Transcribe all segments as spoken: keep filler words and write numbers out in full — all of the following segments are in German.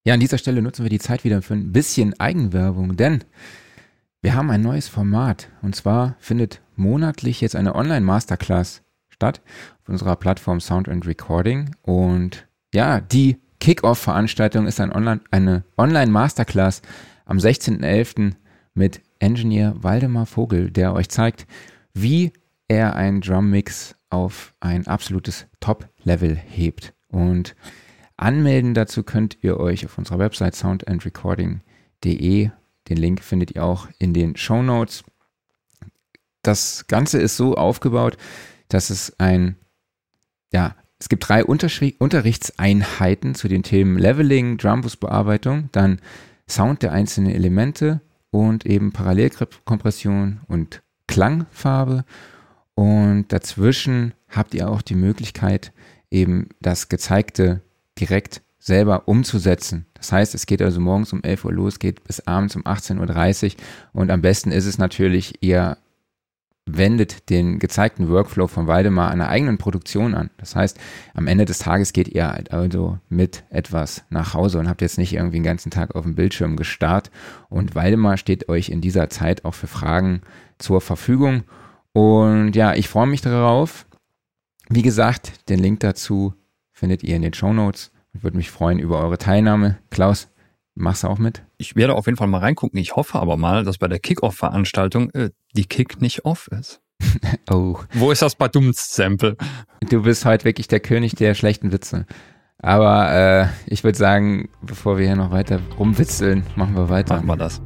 Ja, an dieser Stelle nutzen wir die Zeit wieder für ein bisschen Eigenwerbung, denn wir haben ein neues Format und zwar findet monatlich jetzt eine Online-Masterclass statt auf unserer Plattform Sound and Recording und ja, die Kick-Off-Veranstaltung ist ein Online, eine Online-Masterclass am sechzehnten elften mit Engineer Waldemar Vogel, der euch zeigt, wie er einen Drum-Mix auf ein absolutes Top-Level hebt. Und anmelden dazu könnt ihr euch auf unserer Website sound and recording punkt de. Den Link findet ihr auch in den Shownotes. Das Ganze ist so aufgebaut, dass es ein, ja, es gibt drei Unterschri- Unterrichtseinheiten zu den Themen Leveling, Drumbus-Bearbeitung, dann Sound der einzelnen Elemente und eben Parallelkompression und Klangfarbe. Und dazwischen habt ihr auch die Möglichkeit, eben das Gezeigte direkt selber umzusetzen. Das heißt, es geht also morgens um elf Uhr los, geht bis abends um achtzehn Uhr dreißig und am besten ist es natürlich, ihr wendet den gezeigten Workflow von Waldemar einer eigenen Produktion an. Das heißt, am Ende des Tages geht ihr halt also mit etwas nach Hause und habt jetzt nicht irgendwie den ganzen Tag auf dem Bildschirm gestarrt. Und Waldemar steht euch in dieser Zeit auch für Fragen zur Verfügung. Und ja, ich freue mich darauf. Wie gesagt, den Link dazu findet ihr in den Shownotes. Ich würde mich freuen über eure Teilnahme. Klaus, machst du auch mit? Ich werde auf jeden Fall mal reingucken. Ich hoffe aber mal, dass bei der Kick-Off-Veranstaltung äh, die Kick nicht off ist. Oh. Wo ist das Badumts-Sample? Du bist heute wirklich der König der schlechten Witze. Aber äh, ich würde sagen, bevor wir hier noch weiter rumwitzeln, machen wir weiter. Machen wir das.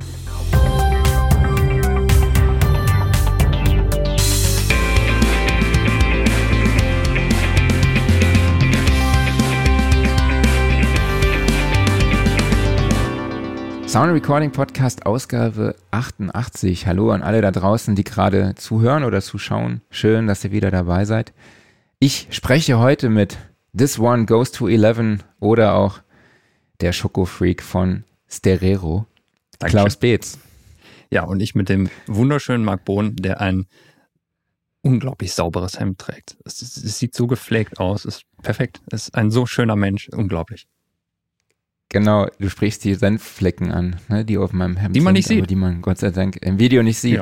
Sound Recording Podcast Ausgabe achtundachtzig. Hallo an alle da draußen, die gerade zuhören oder zuschauen. Schön, dass ihr wieder dabei seid. Ich spreche heute mit This One Goes to eleven oder auch der Schokofreak von Stereo, Dankeschön. Klaus Beetz. Ja, und ich mit dem wunderschönen Marc Bohn, der ein unglaublich sauberes Hemd trägt. Es, es sieht so gepflegt aus, es ist perfekt. Es ist ein so schöner Mensch, unglaublich. Genau, du sprichst die Senfflecken an, ne, die auf meinem Hemd Die man sind, nicht sieht. aber die man Gott sei Dank im Video nicht sieht. Ja.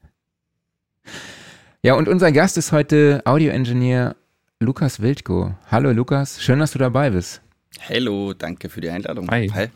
Ja, und unser Gast ist heute Audio-Engineer Lukas Wildko. Hallo Lukas, schön, dass du dabei bist. Hallo, danke für die Einladung. Hi. Hi.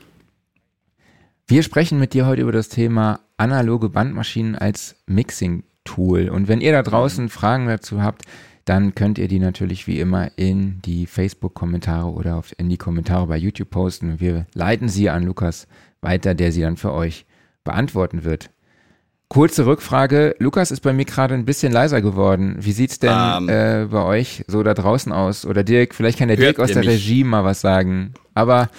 Wir sprechen mit dir heute über das Thema analoge Bandmaschinen als Mixing-Tool. Und wenn ihr da draußen Fragen dazu habt, dann könnt ihr die natürlich wie immer in die Facebook-Kommentare oder auf, in die Kommentare bei YouTube posten. Wir leiten sie an Lukas weiter, der sie dann für euch beantworten wird. Kurze Rückfrage. Lukas ist bei mir gerade ein bisschen leiser geworden. Wie sieht's denn um, äh, bei euch so da draußen aus? Oder Dirk, vielleicht kann der Dirk aus der mich? Regie mal was sagen. Aber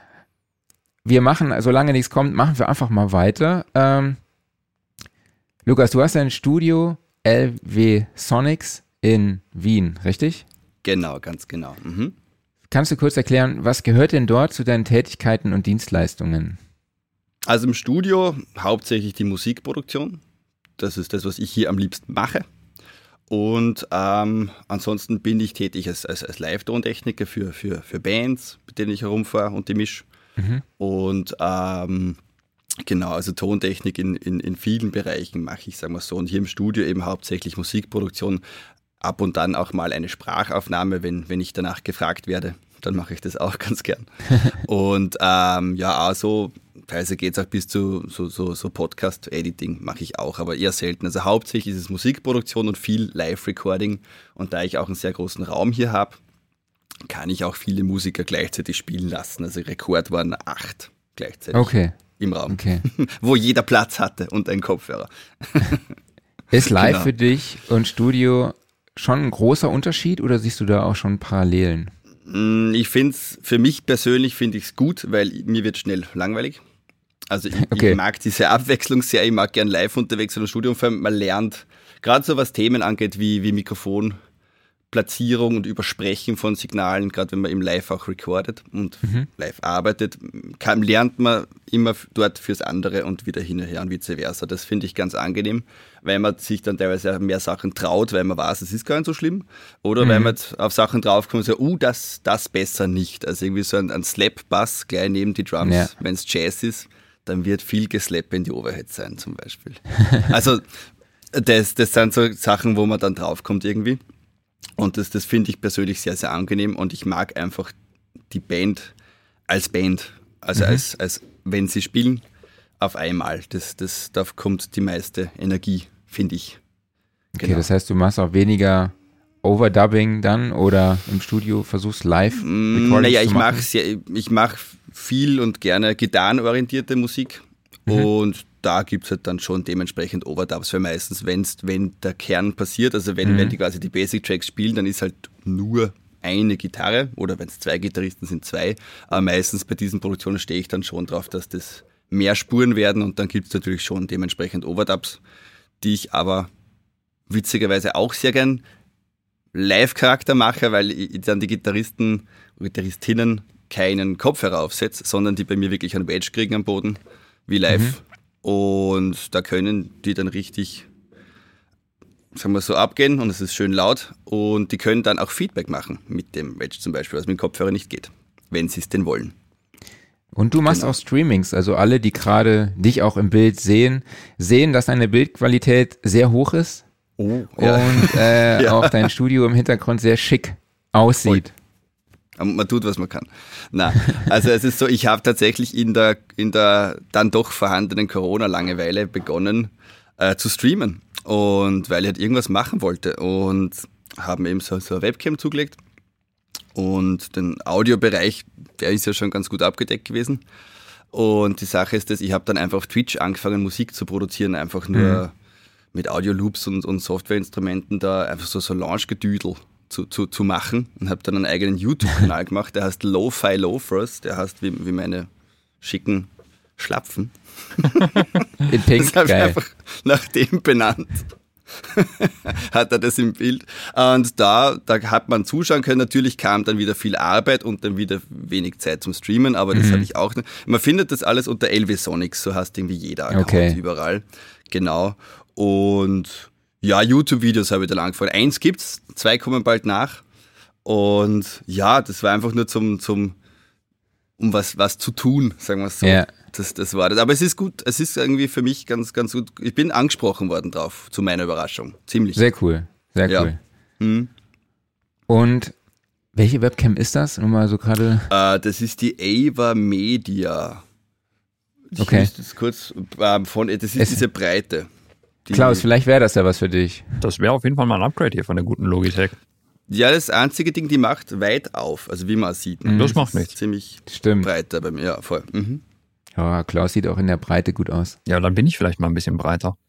wir machen, solange nichts kommt, machen wir einfach mal weiter. Ähm, Lukas, du hast ein Studio L W Sonics in Wien, richtig? Genau, ganz genau. Mhm. Kannst du kurz erklären, was gehört denn dort zu deinen Tätigkeiten und Dienstleistungen? Also im Studio hauptsächlich die Musikproduktion. Das ist das, was ich hier am liebsten mache. Und ähm, ansonsten bin ich tätig als, als, als Live-Tontechniker für, für, für Bands, mit denen ich herumfahre und die mische. Mhm. Und ähm, genau, also Tontechnik in, in, in vielen Bereichen mache ich, sagen wir so. Und hier im Studio eben hauptsächlich Musikproduktion. Ab und dann auch mal eine Sprachaufnahme, wenn, wenn ich danach gefragt werde. Dann mache ich das auch ganz gern. Und ähm, ja, also teilweise geht es auch bis zu so, so, so Podcast-Editing mache ich auch, aber eher selten. Also hauptsächlich ist es Musikproduktion und viel Live-Recording. Und da ich auch einen sehr großen Raum hier habe, kann ich auch viele Musiker gleichzeitig spielen lassen. Also Rekord waren acht gleichzeitig okay. im Raum, okay. wo jeder Platz hatte und einen Kopfhörer. Ist live Genau. für dich und Studio schon ein großer Unterschied oder siehst du da auch schon Parallelen? Ich finde es, für mich persönlich finde ich es gut, weil mir wird schnell langweilig. Also ich, okay. ich mag diese Abwechslung sehr, ich mag gern live unterwegs in der Studio und vor allem man lernt, gerade so was Themen angeht wie, wie Mikrofon Platzierung und Übersprechen von Signalen, gerade wenn man im Live auch recordet und mhm. live arbeitet, kann, lernt man immer dort fürs andere und wieder hin und her und vice versa. Das finde ich ganz angenehm, weil man sich dann teilweise mehr Sachen traut, weil man weiß, es ist gar nicht so schlimm. Oder mhm. weil man auf Sachen draufkommt und sagt, uh, das, das besser nicht. Also irgendwie so ein, ein Slap-Bass gleich neben die Drums, ja. wenn es Jazz ist, dann wird viel Geslappe in die Overhead sein zum Beispiel. Also das, das sind so Sachen, wo man dann draufkommt irgendwie. Und das, das finde ich persönlich sehr, sehr angenehm und ich mag einfach die Band als Band, also mhm. als, als wenn sie spielen, auf einmal. Das, das, da kommt die meiste Energie, finde ich. Okay, genau. Das heißt, du machst auch weniger Overdubbing dann oder im Studio versuchst live Recordings naja, zu ich machen? mache ich mach viel und gerne gitarrenorientierte Musik mhm. und da gibt es halt dann schon dementsprechend Overdubs, weil meistens, wenn's, wenn der Kern passiert, also wenn, mhm. wenn die quasi die Basic Tracks spielen, dann ist halt nur eine Gitarre oder wenn es zwei Gitarristen sind, zwei. Aber meistens bei diesen Produktionen stehe ich dann schon drauf, dass das mehr Spuren werden und dann gibt es natürlich schon dementsprechend Overdubs, die ich aber witzigerweise auch sehr gern Live-Charakter mache, weil ich dann die Gitarristen, Gitarristinnen keinen Kopfhörer aufsetze, sondern die bei mir wirklich einen Wedge kriegen am Boden, wie live. Mhm. Und da können die dann richtig, sagen wir so, abgehen und es ist schön laut und die können dann auch Feedback machen mit dem Wedge zum Beispiel, was mit dem Kopfhörer nicht geht, wenn sie es denn wollen. Und du machst genau. auch Streamings, also alle, die gerade dich auch im Bild sehen, sehen, dass deine Bildqualität sehr hoch ist oh, ja. und äh, ja. auch dein Studio im Hintergrund sehr schick aussieht. Und man tut, was man kann. Na, also es ist so, ich habe tatsächlich in der, in der dann doch vorhandenen Corona-Langeweile begonnen äh, zu streamen. Und weil ich halt irgendwas machen wollte und haben eben so, so eine Webcam zugelegt. Und den Audiobereich, der ist ja schon ganz gut abgedeckt gewesen. Und die Sache ist, dass ich habe dann einfach auf Twitch angefangen, Musik zu produzieren, einfach nur mhm. mit Audio-Loops und, und Softwareinstrumenten da einfach so Solange-Gedüdel Zu, zu, zu machen und habe dann einen eigenen YouTube-Kanal gemacht, der heißt Lo-Fi Loafers, der heißt wie, wie meine schicken Schlapfen. In Pink, das habe ich geil. einfach nach dem benannt. Hat er das im Bild. Und da, da hat man zuschauen können. Natürlich kam dann wieder viel Arbeit und dann wieder wenig Zeit zum Streamen, aber das mhm. hatte ich auch nicht. Man findet das alles unter L W Sonics, so heißt irgendwie jeder Account okay. überall. Genau. Und ja, YouTube-Videos habe ich da angefangen. Eins gibt's, zwei kommen bald nach. Und ja, das war einfach nur zum, zum um was, was zu tun, sagen wir es so. Yeah. Das, das war das. Aber es ist gut, es ist irgendwie für mich ganz, ganz gut. Ich bin angesprochen worden drauf, zu meiner Überraschung. Ziemlich. Sehr cool, sehr ja. cool. Hm. Und welche Webcam ist das? Nur mal so gerade. Äh, das ist die Ava Media. Ich okay. Das kurz äh, von, das ist es diese Breite. Die, Klaus, vielleicht wäre das ja was für dich. Das wäre auf jeden Fall mal ein Upgrade hier von der guten Logitech. Ja, das einzige Ding, die macht weit auf, also wie man sieht. Mhm. Das, das macht nichts. Ziemlich Stimmt. breiter bei mir, ja, voll. Mhm. Ja, Klaus sieht auch in der Breite gut aus. Ja, dann bin ich vielleicht mal ein bisschen breiter.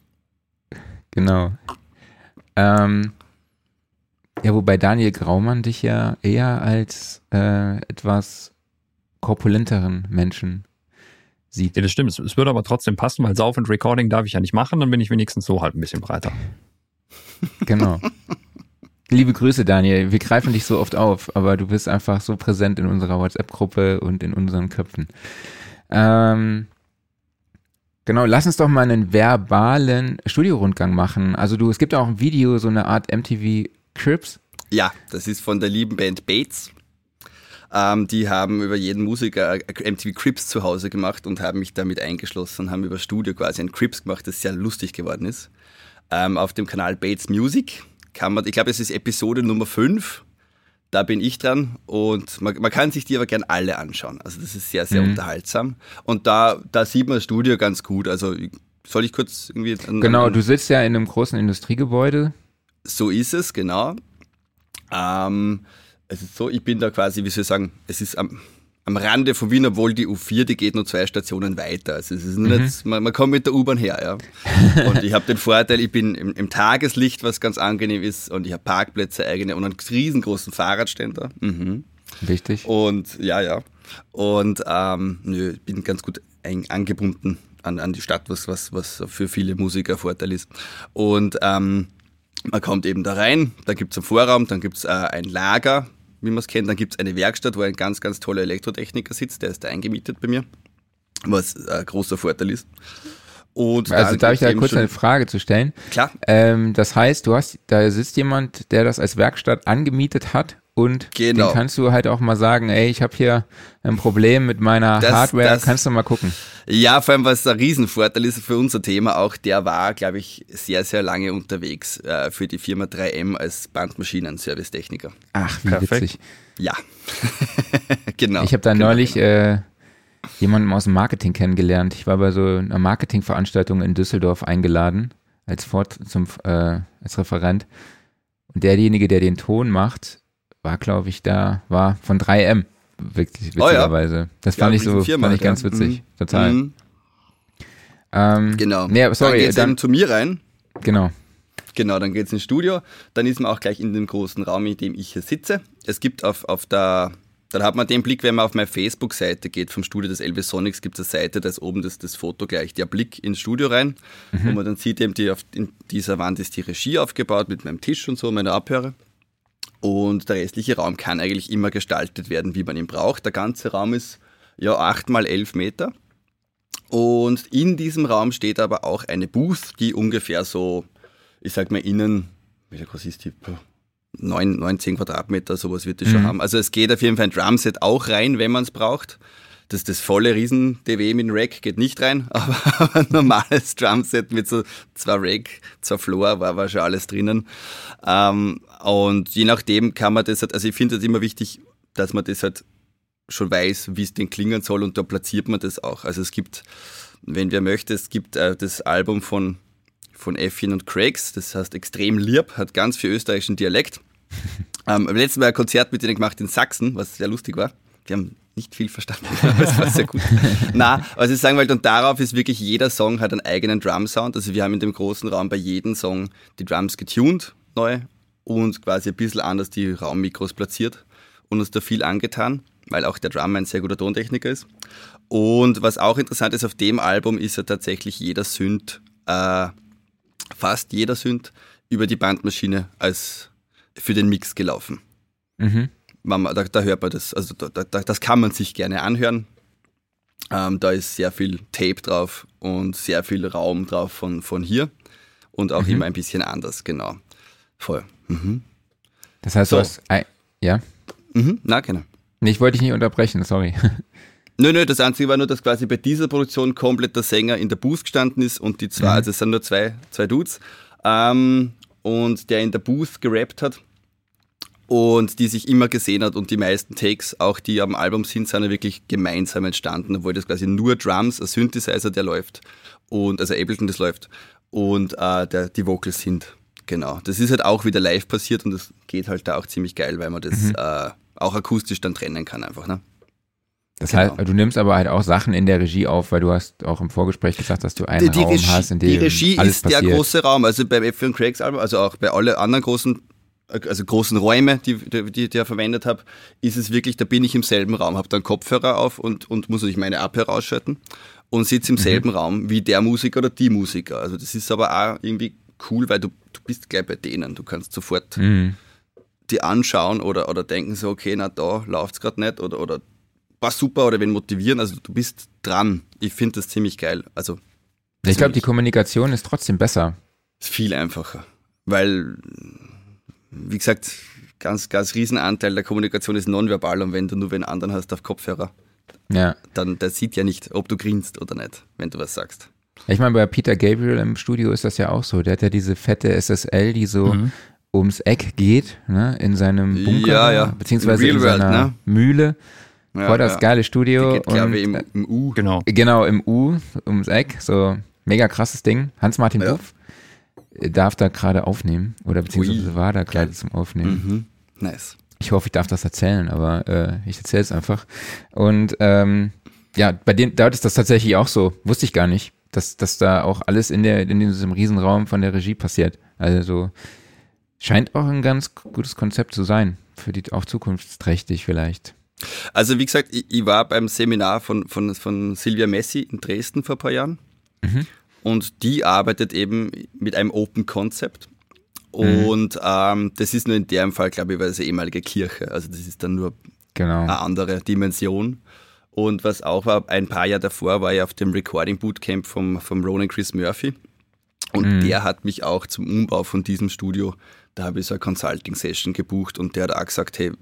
Genau. Ähm, ja, wobei Daniel Graumann dich ja eher als äh, etwas korpulenteren Menschen sieht. Ja, das stimmt. Es, es würde aber trotzdem passen, weil Sauf und Recording darf ich ja nicht machen, dann bin ich wenigstens so halt ein bisschen breiter. Genau. Liebe Grüße, Daniel. Wir greifen dich so oft auf, aber du bist einfach so präsent in unserer WhatsApp-Gruppe und in unseren Köpfen. Ähm, genau, lass uns doch mal einen verbalen Studiorundgang machen. Also du, es gibt auch ein Video, so eine Art M T V Cribs. Ja, das ist von der lieben Band Bates. Ähm, die haben über jeden Musiker M T V Cribs zu Hause gemacht und haben mich damit eingeschlossen und haben über Studio quasi ein Cribs gemacht, das sehr lustig geworden ist. Ähm, auf dem Kanal Bates Music kann man, ich glaube, es ist Episode Nummer fünf, da bin ich dran und man, man kann sich die aber gern alle anschauen. Also das ist sehr, sehr mhm. unterhaltsam. Und da, da sieht man das Studio ganz gut. Also soll ich kurz irgendwie... An, genau, an, du sitzt ja in einem großen Industriegebäude. So ist es, genau. Ähm, es ist so, ich bin da quasi, wie soll ich sagen, es ist am... am Rande von Wien, obwohl die U vier, die geht nur zwei Stationen weiter. Also es ist mhm. nicht, man, man kommt mit der U-Bahn her, ja. Und ich habe den Vorteil, ich bin im, im Tageslicht, was ganz angenehm ist, und ich habe Parkplätze eigene und einen riesengroßen Fahrradständer. Mhm. Wichtig. Und ja, ja. Und ähm, nö, ich bin ganz gut ein, angebunden an, an die Stadt, was, was, was für viele Musiker Vorteil ist. Und ähm, Man kommt eben da rein, da gibt es einen Vorraum, dann gibt es äh, ein Lager, wie man es kennt, dann gibt es eine Werkstatt, wo ein ganz, ganz toller Elektrotechniker sitzt, der ist da eingemietet bei mir, was ein großer Vorteil ist. Und also darf ich da kurz eine Frage zu stellen? Klar. Ähm, das heißt, du hast, da sitzt jemand, der das als Werkstatt angemietet hat und genau. den kannst du halt auch mal sagen, ey, ich habe hier ein Problem mit meiner das, Hardware, das, kannst du mal gucken. Ja, vor allem, was ein Riesenvorteil ist für unser Thema auch, der war, glaube ich, sehr, sehr lange unterwegs äh, für die Firma drei M als Bandmaschinen-Servicetechniker. Ach, wie Perfekt. Witzig. Ja, genau. Ich habe da genau, neulich genau. Äh, jemanden aus dem Marketing kennengelernt. Ich war bei so einer Marketingveranstaltung in Düsseldorf eingeladen als Fort zum äh, als Referent. Und derjenige, der den Ton macht, war, glaube ich, da, war von drei M. Wirklich, witzigerweise. Oh ja. Das fand ja, ich so, Firma, fand ich ganz ja. witzig. Mhm. Total. Mhm. Ähm, genau. Nee, sorry, dann geht's dann, eben zu mir rein. Genau. Genau, dann geht's ins Studio. Dann ist man auch gleich in dem großen Raum, in dem ich hier sitze. Es gibt auf, auf der, dann hat man den Blick, wenn man auf meine Facebook-Seite geht, vom Studio des Elvisonics, gibt es eine Seite, da ist oben das, das Foto gleich, der Blick ins Studio rein, mhm. wo man dann sieht, eben die, auf, in dieser Wand ist die Regie aufgebaut mit meinem Tisch und so, meine Abhörer. Und der restliche Raum kann eigentlich immer gestaltet werden, wie man ihn braucht. Der ganze Raum ist ja acht mal elf Meter. Und in diesem Raum steht aber auch eine Booth, die ungefähr so, ich sag mal innen, wie groß ist die? neun, neun, zehn Quadratmeter, sowas wird die mhm. schon haben. Also es geht auf jeden Fall ein Drumset auch rein, wenn man es braucht. Das, das volle Riesen-D W mit dem Rack geht nicht rein, aber, aber ein normales Drumset mit so zwei Rack, zwei Floor, war, war schon alles drinnen. Ähm, und je nachdem kann man das halt, also ich finde es immer wichtig, dass man das halt schon weiß, wie es denn klingen soll und da platziert man das auch. Also es gibt, wenn wer möchte, es gibt äh, das Album von, von Effin und Craigs, das heißt extrem lieb, hat ganz viel österreichischen Dialekt. ähm, letztes Mal ein Konzert mit denen gemacht in Sachsen, was sehr lustig war. Wir haben nicht viel verstanden, aber es war sehr gut. Na, also ich sagen wollte, und darauf ist wirklich, jeder Song hat einen eigenen Drum-Sound. Also wir haben in dem großen Raum bei jedem Song die Drums getuned, neu, und quasi ein bisschen anders die Raummikros platziert und uns da viel angetan, weil auch der Drummer ein sehr guter Tontechniker ist. Und was auch interessant ist, auf dem Album ist ja tatsächlich jeder Synth, äh, fast jeder Synth, über die Bandmaschine als für den Mix gelaufen. Mhm. Man, da, da hört man das, also da, da, das kann man sich gerne anhören. Ähm, da ist sehr viel Tape drauf und sehr viel Raum drauf von, von hier und auch mhm. immer ein bisschen anders, genau. Voll. Mhm. Das heißt, so. du hast, ein, ja? Mhm. Na, genau. Nee, ich wollte dich nicht unterbrechen, sorry. Nö, nö, das Einzige war nur, dass quasi bei dieser Produktion komplett der Sänger in der Booth gestanden ist und die zwei, mhm. also es sind nur zwei, zwei Dudes, ähm, und der in der Booth gerappt hat. Und die sich immer gesehen hat und die meisten Takes, auch die am Album sind, sind ja wirklich gemeinsam entstanden, obwohl das quasi nur Drums, ein Synthesizer, der läuft, und also Ableton, das läuft, und äh, der, die Vocals sind. Genau. Das ist halt auch wieder live passiert und das geht halt da auch ziemlich geil, weil man das mhm. äh, auch akustisch dann trennen kann einfach, ne? Das genau. heißt, du nimmst aber halt auch Sachen in der Regie auf, weil du hast auch im Vorgespräch gesagt, dass du einen die, die Raum Regie, hast, in dem die Regie alles ist passiert. Der große Raum, also beim Effin und Craigs Album, also auch bei allen anderen großen also großen Räume, die, die, die ich verwendet habe, ist es wirklich, da bin ich im selben Raum, habe dann Kopfhörer auf und, und muss natürlich meine Abhörer ausschalten und sitze im selben mhm. Raum wie der Musiker oder die Musiker. Also das ist aber auch irgendwie cool, weil du, du bist gleich bei denen. Du kannst sofort mhm. die anschauen oder, oder denken so, okay, na da läuft es gerade nicht oder, oder war super oder wen motivieren. Also du bist dran. Ich finde das ziemlich geil. Also ich glaube, die Kommunikation ist trotzdem besser. Ist viel einfacher, weil wie gesagt, ganz, ganz Riesenanteil der Kommunikation ist nonverbal und wenn du nur wen anderen hast auf Kopfhörer, ja. dann der sieht ja nicht, ob du grinst oder nicht, wenn du was sagst. Ich meine, bei Peter Gabriel im Studio ist das ja auch so. Der hat ja diese fette S S L, die so mhm. ums Eck geht, ne, in seinem Bunker, ja, ja. beziehungsweise in seiner World, ne? Mühle. Ja, voll das ja. geile Studio. Die geht, glaube ich, im, im U. Genau. Genau, im U, ums Eck. So mega krasses Ding. Hans-Martin ja. Buff darf da gerade aufnehmen oder beziehungsweise Ui. war da gerade zum Aufnehmen. Mhm. Nice. Ich hoffe, ich darf das erzählen, aber äh, ich erzähle es einfach. Und ähm, ja, bei denen, da ist das tatsächlich auch so. Wusste ich gar nicht, dass, dass da auch alles in der in diesem Riesenraum von der Regie passiert. Also so scheint auch ein ganz gutes Konzept zu sein. Für die auch zukunftsträchtig vielleicht. Also wie gesagt, ich, ich war beim Seminar von, von, von Silvia Messi in Dresden vor ein paar Jahren. Mhm. Und die arbeitet eben mit einem Open Concept. Und mhm. ähm, das ist nur in dem Fall, glaube ich, weil es eine ehemalige Kirche. Also das ist dann nur genau. eine andere Dimension. Und was auch war, ein paar Jahre davor war ich auf dem Recording Bootcamp vom, vom Ronan Chris Murphy. Und mhm. der hat mich auch zum Umbau von diesem Studio, da habe ich so eine Consulting-Session gebucht und der hat auch gesagt, hey,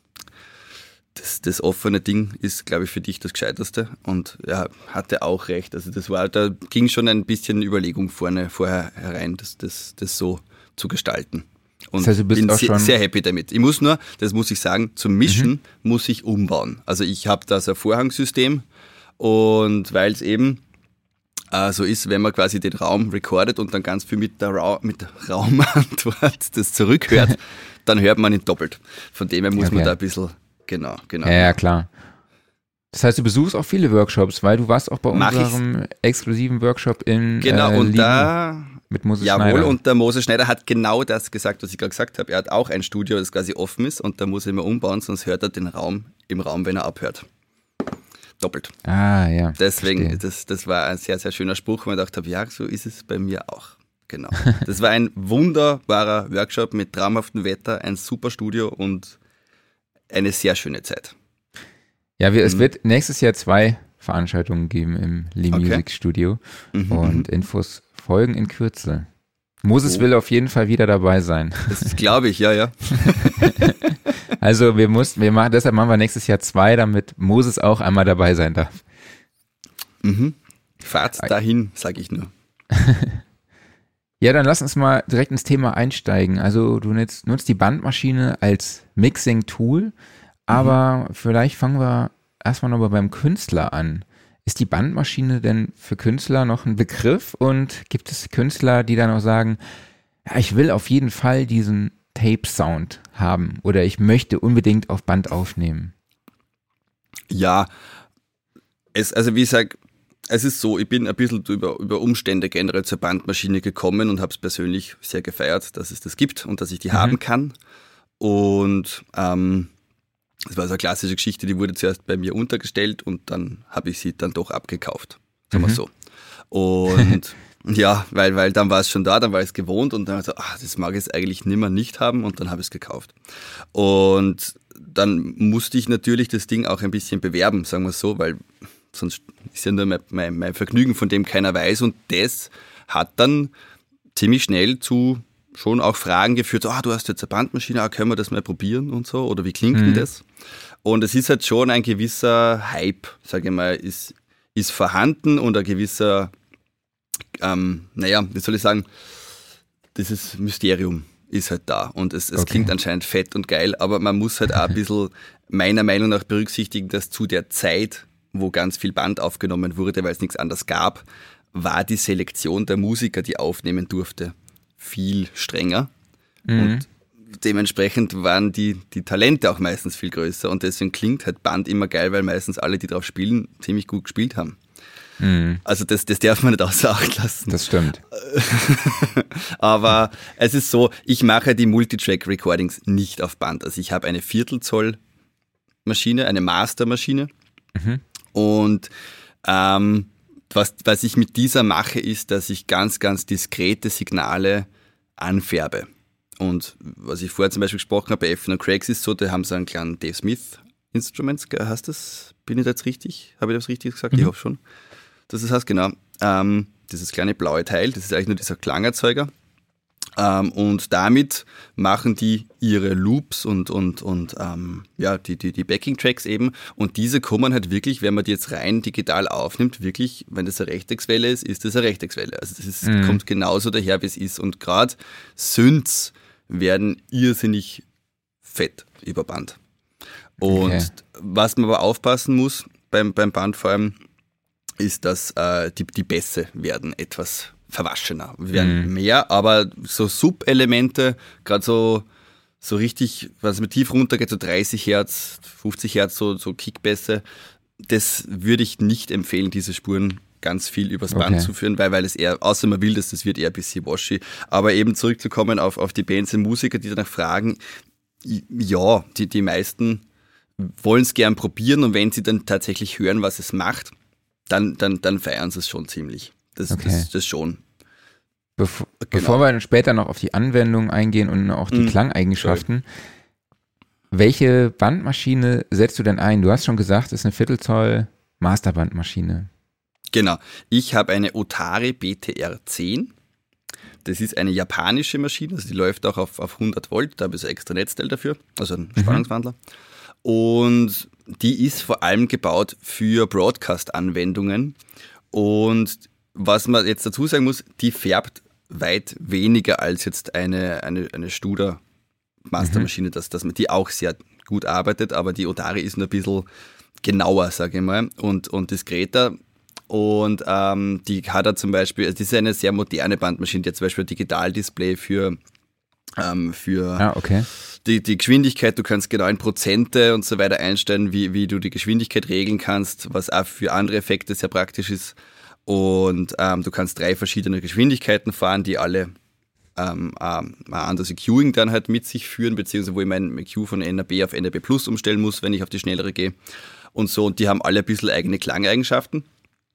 das, das offene Ding ist, glaube ich, für dich das Gescheiterste. Und er hatte auch recht. Also das war, da ging schon ein bisschen Überlegung vorne, vorher herein, das, das, das so zu gestalten. Und das heißt, du bist bin auch sehr, schon sehr happy damit. Ich muss nur, das muss ich sagen, zum Mischen mhm. muss ich umbauen. Also ich habe da so ein Vorhangsystem und weil es eben äh, so ist, wenn man quasi den Raum recordet und dann ganz viel mit der, Ra- mit der Raumantwort das zurückhört, dann hört man ihn doppelt. Von dem her muss okay. man da ein bisschen, genau, genau. Ja, ja, klar. Das heißt, du besuchst auch viele Workshops, weil du warst auch bei Mach unserem ich's. exklusiven Workshop in Genau, äh, und Lieben. da mit Moses Jawohl, Schneider. Und der Moses Schneider hat genau das gesagt, was ich gerade gesagt habe. Er hat auch ein Studio, das quasi offen ist und da muss er immer umbauen, sonst hört er den Raum im Raum, wenn er abhört. Doppelt. Ah, ja. Deswegen, das, das war ein sehr, sehr schöner Spruch, wo ich gedacht habe, ja, so ist es bei mir auch. Genau. Das war ein wunderbarer Workshop mit traumhaftem Wetter, ein super Studio und eine sehr schöne Zeit. Ja, wir, mhm. es wird nächstes Jahr zwei Veranstaltungen geben im Lee okay. Music Studio mhm. und Infos folgen in Kürze. Moses oh. will auf jeden Fall wieder dabei sein. Das glaube ich, ja, ja. Also wir mussten, wir machen, deshalb machen wir nächstes Jahr zwei, damit Moses auch einmal dabei sein darf. Mhm. Fahrt dahin, sage ich nur. Ja, dann lass uns mal direkt ins Thema einsteigen. Also du nutzt, nutzt die Bandmaschine als Mixing-Tool, aber mhm. vielleicht fangen wir erstmal nochmal beim Künstler an. Ist die Bandmaschine denn für Künstler noch ein Begriff und gibt es Künstler, die dann auch sagen, ja, ich will auf jeden Fall diesen Tape-Sound haben oder ich möchte unbedingt auf Band aufnehmen? Ja, es, also wie ich sage, es ist so, ich bin ein bisschen über, über Umstände generell zur Bandmaschine gekommen und habe es persönlich sehr gefeiert, dass es das gibt und dass ich die mhm. haben kann. Und ähm, das war so eine klassische Geschichte, die wurde zuerst bei mir untergestellt und dann habe ich sie dann doch abgekauft. Sagen wir mhm. so. Und ja, weil, weil dann war es schon da, dann war ich es gewohnt und dann habe ich gesagt, ach, das mag ich jetzt eigentlich nimmer nicht haben und dann habe ich es gekauft. Und dann musste ich natürlich das Ding auch ein bisschen bewerben, sagen wir so, weil sonst ist ja nur mein, mein, mein Vergnügen, von dem keiner weiß. Und das hat dann ziemlich schnell zu schon auch Fragen geführt, ah, du hast jetzt eine Bandmaschine, ah, können wir das mal probieren und so, oder wie klingt mhm. denn das? Und es ist halt schon ein gewisser Hype, sage ich mal, ist, ist vorhanden und ein gewisser, ähm, naja, wie soll ich sagen, dieses Mysterium ist halt da und es, es okay. klingt anscheinend fett und geil, aber man muss halt auch ein bisschen meiner Meinung nach berücksichtigen, dass zu der Zeit, wo ganz viel Band aufgenommen wurde, weil es nichts anderes gab, war die Selektion der Musiker, die aufnehmen durfte, viel strenger mhm. und dementsprechend waren die, die Talente auch meistens viel größer und deswegen klingt halt Band immer geil, weil meistens alle, die drauf spielen, ziemlich gut gespielt haben. Mhm. Also das, das darf man nicht außer Acht lassen. Das stimmt. Aber es ist so, ich mache die Multitrack-Recordings nicht auf Band. Also ich habe eine Viertelzoll-Maschine, eine Master-Maschine mhm. und ähm, Was, was ich mit dieser mache, ist, dass ich ganz, ganz diskrete Signale anfärbe. Und was ich vorher zum Beispiel gesprochen habe, bei Effen und Craigs ist so, da haben sie einen kleinen Dave Smith Instruments, heißt das? Bin ich da jetzt richtig? Habe ich das richtig gesagt? Mhm. Ich hoffe schon. Das ist heißt, genau. Ähm, dieses kleine blaue Teil, das ist eigentlich nur dieser Klangerzeuger. Ähm, und damit machen die ihre Loops und, und, und ähm, ja, die, die, die Backing-Tracks eben. Und diese kommen halt wirklich, wenn man die jetzt rein digital aufnimmt, wirklich, wenn das eine Rechteckswelle ist, ist das eine Rechteckswelle. Also das ist, mhm. kommt genauso daher, wie es ist. Und gerade Synths werden irrsinnig fett über Band. Und okay. was man aber aufpassen muss beim, beim Band vor allem, ist, dass äh, die, die Bässe werden etwas verwaschener, werden mhm. mehr, aber so Sub-Elemente, gerade so, so richtig, was mit tief runter geht, so dreißig Hertz, fünfzig Hertz, so, so Kickbässe, das würde ich nicht empfehlen, diese Spuren ganz viel übers Band okay. zu führen, weil, weil es eher, außer man will das, das wird eher ein bisschen washy. Aber eben zurückzukommen auf, auf die Bands und Musiker, die danach fragen, ja, die, die meisten wollen es gern probieren und wenn sie dann tatsächlich hören, was es macht, dann, dann, dann feiern sie es schon ziemlich. Das, okay. das, das schon. Bevor, Genau. bevor wir dann später noch auf die Anwendung eingehen und auch die Mhm. Klangeigenschaften, welche Bandmaschine setzt du denn ein? Du hast schon gesagt, es ist eine Viertelzoll Masterbandmaschine. Genau. Ich habe eine Otari B T R zehn. Das ist eine japanische Maschine, also die läuft auch auf, auf hundert Volt, da habe ich ein extra Netzteil dafür, also einen Spannungswandler. Und die ist vor allem gebaut für Broadcast-Anwendungen. Und was man jetzt dazu sagen muss, die färbt weit weniger als jetzt eine, eine, eine Studer Mastermaschine, dass, dass man die auch sehr gut arbeitet, aber die Otari ist nur ein bisschen genauer, sage ich mal, und, und diskreter. Und ähm, die hat er zum Beispiel, also das ist eine sehr moderne Bandmaschine, die hat zum Beispiel ein Digitaldisplay für, ähm, für Ah, okay. die, die Geschwindigkeit, du kannst genau in Prozente und so weiter einstellen, wie, wie du die Geschwindigkeit regeln kannst, was auch für andere Effekte sehr praktisch ist. Und ähm, du kannst drei verschiedene Geschwindigkeiten fahren, die alle ähm, ähm, ein anderes E Q-ing dann halt mit sich führen, beziehungsweise wo ich mein E Q von N R B auf N R B Plus umstellen muss, wenn ich auf die schnellere gehe. Und so, und die haben alle ein bisschen eigene Klangeigenschaften.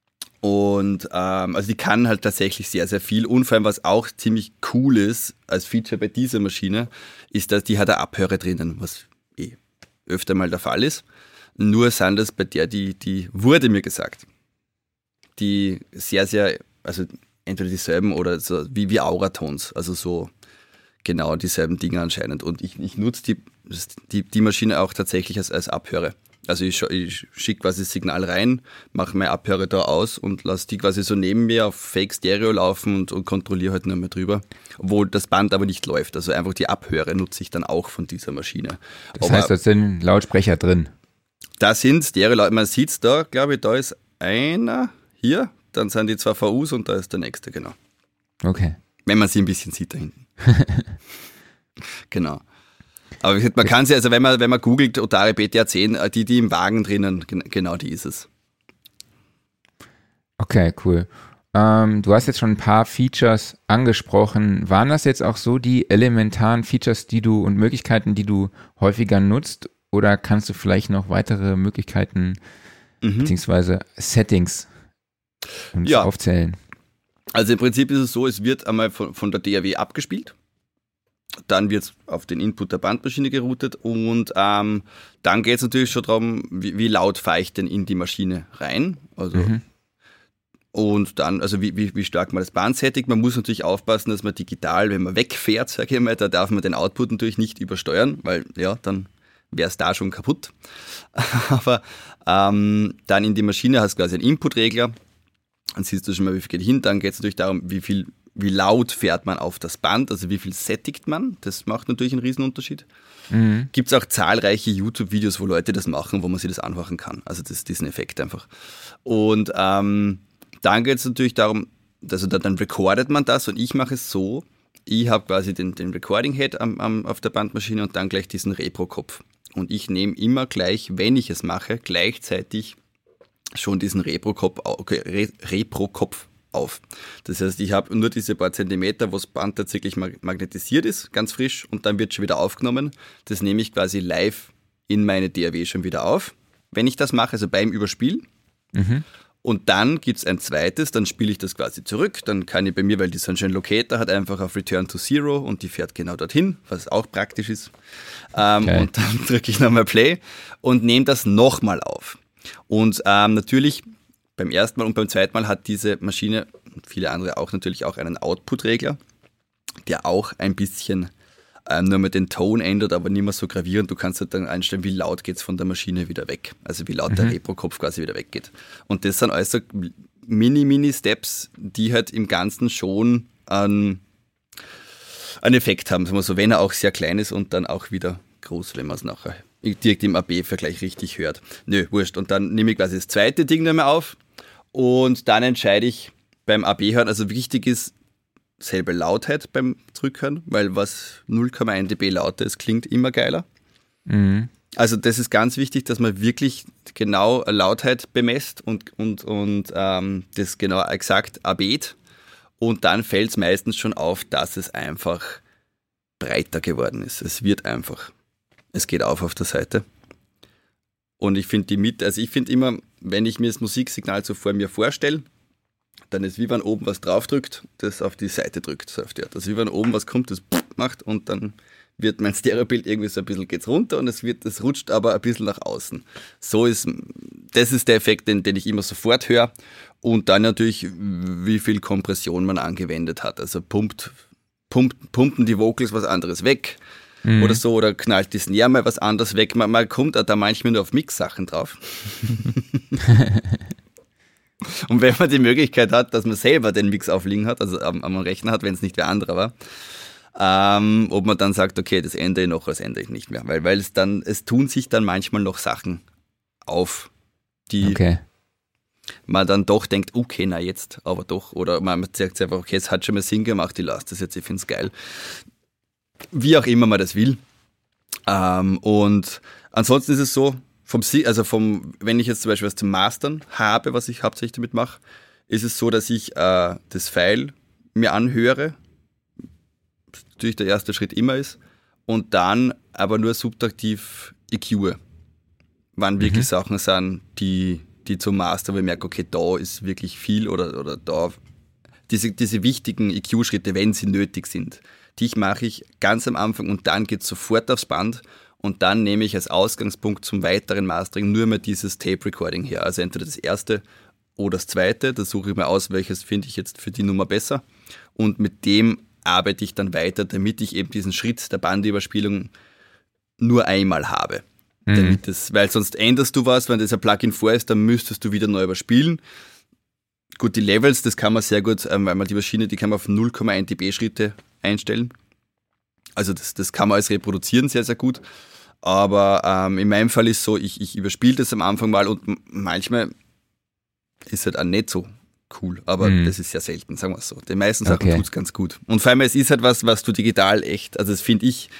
Und ähm, also die kann halt tatsächlich sehr, sehr viel. Und vor allem, was auch ziemlich cool ist als Feature bei dieser Maschine, ist, dass die hat eine Abhöre drinnen, was eh öfter mal der Fall ist. Nur sind das bei der, die, die wurde mir gesagt, die sehr, sehr, also entweder dieselben oder so wie, wie Auratons, also so genau dieselben Dinge anscheinend. Und ich, ich nutze die, die, die Maschine auch tatsächlich als, als Abhöre. Also ich, ich schicke quasi das Signal rein, mache meine Abhöre da aus und lasse die quasi so neben mir auf Fake Stereo laufen und, und kontrolliere halt nur mehr drüber. Obwohl das Band aber nicht läuft. Also einfach die Abhöre nutze ich dann auch von dieser Maschine. Das aber heißt, da sind Lautsprecher drin. da sind Stereo, man sieht es da, glaube ich, da ist einer hier, dann sind die zwei V Us und da ist der nächste, genau. Okay. Wenn man sie ein bisschen sieht da hinten. Genau. Aber wie gesagt, man kann sie, also wenn man, wenn man googelt, Otari B T R zehn, die, die im Wagen drinnen, genau die ist es. Okay, cool. Ähm, du hast jetzt schon ein paar Features angesprochen. Waren das jetzt auch so die elementaren Features, die du und Möglichkeiten, die du häufiger nutzt? Oder kannst du vielleicht noch weitere Möglichkeiten Mhm. beziehungsweise Settings uns Ja. aufzählen? Also im Prinzip ist es so, es wird einmal von, von der D A W abgespielt. Dann wird es auf den Input der Bandmaschine geroutet und ähm, dann geht es natürlich schon darum, wie, wie laut fahre ich denn in die Maschine rein. Also Mhm. und dann, also wie, wie, wie stark man das Band sättigt. Man muss natürlich aufpassen, dass man digital, wenn man wegfährt, sage ich mal, da darf man den Output natürlich nicht übersteuern, weil ja, dann wäre es da schon kaputt. Aber ähm, dann in die Maschine hast du quasi einen Inputregler, dann siehst du schon mal, wie viel geht hin. Dann geht es natürlich darum, wie viel Wie laut fährt man auf das Band, also wie viel sättigt man, das macht natürlich einen Riesenunterschied. Mhm. Gibt es auch zahlreiche YouTube-Videos, wo Leute das machen, wo man sich das anmachen kann, also das, diesen Effekt einfach. Und ähm, dann geht es natürlich darum, also dann, dann recordet man das und ich mache es so, ich habe quasi den, den Recording-Head am, am, auf der Bandmaschine und dann gleich diesen Repro-Kopf. Und ich nehme immer gleich, wenn ich es mache, gleichzeitig schon diesen Repro-Kopf okay, Re, Repro-Kopf auf. Das heißt, ich habe nur diese paar Zentimeter, wo das Band tatsächlich magnetisiert ist, ganz frisch, und dann wird schon wieder aufgenommen. Das nehme ich quasi live in meine D A W schon wieder auf, wenn ich das mache, also beim Überspielen. Mhm. Und dann gibt es ein zweites, dann spiele ich das quasi zurück. Dann kann ich bei mir, weil die Sunshine Locator hat einfach auf Return to Zero und die fährt genau dorthin, was auch praktisch ist. Ähm, Okay. Und dann drücke ich nochmal Play und nehme das nochmal auf. Und ähm, natürlich beim ersten Mal und beim zweiten Mal hat diese Maschine und viele andere auch natürlich auch einen Output-Regler, der auch ein bisschen ähm, nur mit den Ton ändert, aber nicht mehr so gravierend. Du kannst halt dann einstellen, wie laut geht es von der Maschine wieder weg. Also wie laut Mhm. der Repro-Kopf quasi wieder weggeht. Und das sind also Mini-Mini-Steps, die halt im Ganzen schon einen, einen Effekt haben. Sagen wir so, wenn er auch sehr klein ist und dann auch wieder groß, wenn man es nachher direkt im A B-Vergleich richtig hört. Nö, wurscht. Und dann nehme ich quasi das zweite Ding nochmal auf und dann entscheide ich beim A B-Hören, also wichtig ist selbe Lautheit beim Zurückhören, weil was null Komma eins dB lauter ist, klingt immer geiler. Mhm. Also das ist ganz wichtig, dass man wirklich genau Lautheit bemisst und, und, und ähm, das genau exakt abet. Und dann fällt es meistens schon auf, dass es einfach breiter geworden ist. Es wird einfach, es geht auf auf der Seite. Und ich finde die Mitte, also ich finde immer, wenn ich mir das Musiksignal so vor mir vorstelle, Dann ist wie wenn oben was draufdrückt, das auf die Seite drückt. So auf die Art. Also wie wenn oben was kommt, das macht und dann wird mein Stereobild irgendwie so ein bisschen geht's runter und es wird, es rutscht aber ein bisschen nach außen. So ist, das ist der Effekt, den, den ich immer sofort höre. Und dann natürlich, wie viel Kompression man angewendet hat. Also pumpt, pumpt, pumpen die Vocals was anderes weg mhm. oder so, oder knallt die Snare mal was anderes weg. Man, man kommt da manchmal nur auf Mix-Sachen drauf. Und wenn man die Möglichkeit hat, dass man selber den Mix aufliegen hat, also am, am Rechner hat, wenn es nicht wer anderer war, ähm, ob man dann sagt, okay, das ändere ich noch, das ändere ich nicht mehr. Weil, weil es dann, es tun sich dann manchmal noch Sachen auf, die okay. man dann doch denkt, okay, na jetzt, aber doch. Oder man sagt einfach, okay, es hat schon mal Sinn gemacht, ich lasse das jetzt, ich finde es geil. Wie auch immer man das will. Ähm, und ansonsten ist es so, vom, also vom, wenn ich jetzt zum Beispiel was zum Mastern habe, was ich hauptsächlich damit mache, ist es so, dass ich äh, das File mir anhöre, was natürlich der erste Schritt immer ist, und dann aber nur subtraktiv E Q-e, wann wirklich mhm. Sachen sind, die, die zum Master, wo ich merke, okay, da ist wirklich viel oder, oder da, diese, diese wichtigen E Q-Schritte, wenn sie nötig sind, die mache ich ganz am Anfang und dann geht es sofort aufs Band. Und dann nehme ich als Ausgangspunkt zum weiteren Mastering nur mehr dieses Tape-Recording her. Also entweder das erste oder das zweite. Da suche ich mir aus, welches finde ich jetzt für die Nummer besser. Und mit dem arbeite ich dann weiter, damit ich eben diesen Schritt der Bandüberspielung nur einmal habe. Mhm. Damit das, weil sonst änderst du was, wenn das ein Plugin vor ist, dann müsstest du wieder neu überspielen. Gut, die Levels, das kann man sehr gut, weil man die Maschine, die kann man auf null Komma eins dB Schritte einstellen. Also das, das kann man als reproduzieren sehr, sehr gut. Aber ähm, in meinem Fall ist es so, ich, ich überspiele das am Anfang mal und manchmal ist es halt auch nicht so cool. Aber mhm. das ist sehr selten, sagen wir es so. Die meisten Sachen okay. tut es ganz gut. Und vor allem, es ist halt was, was du digital echt, also das finde ich,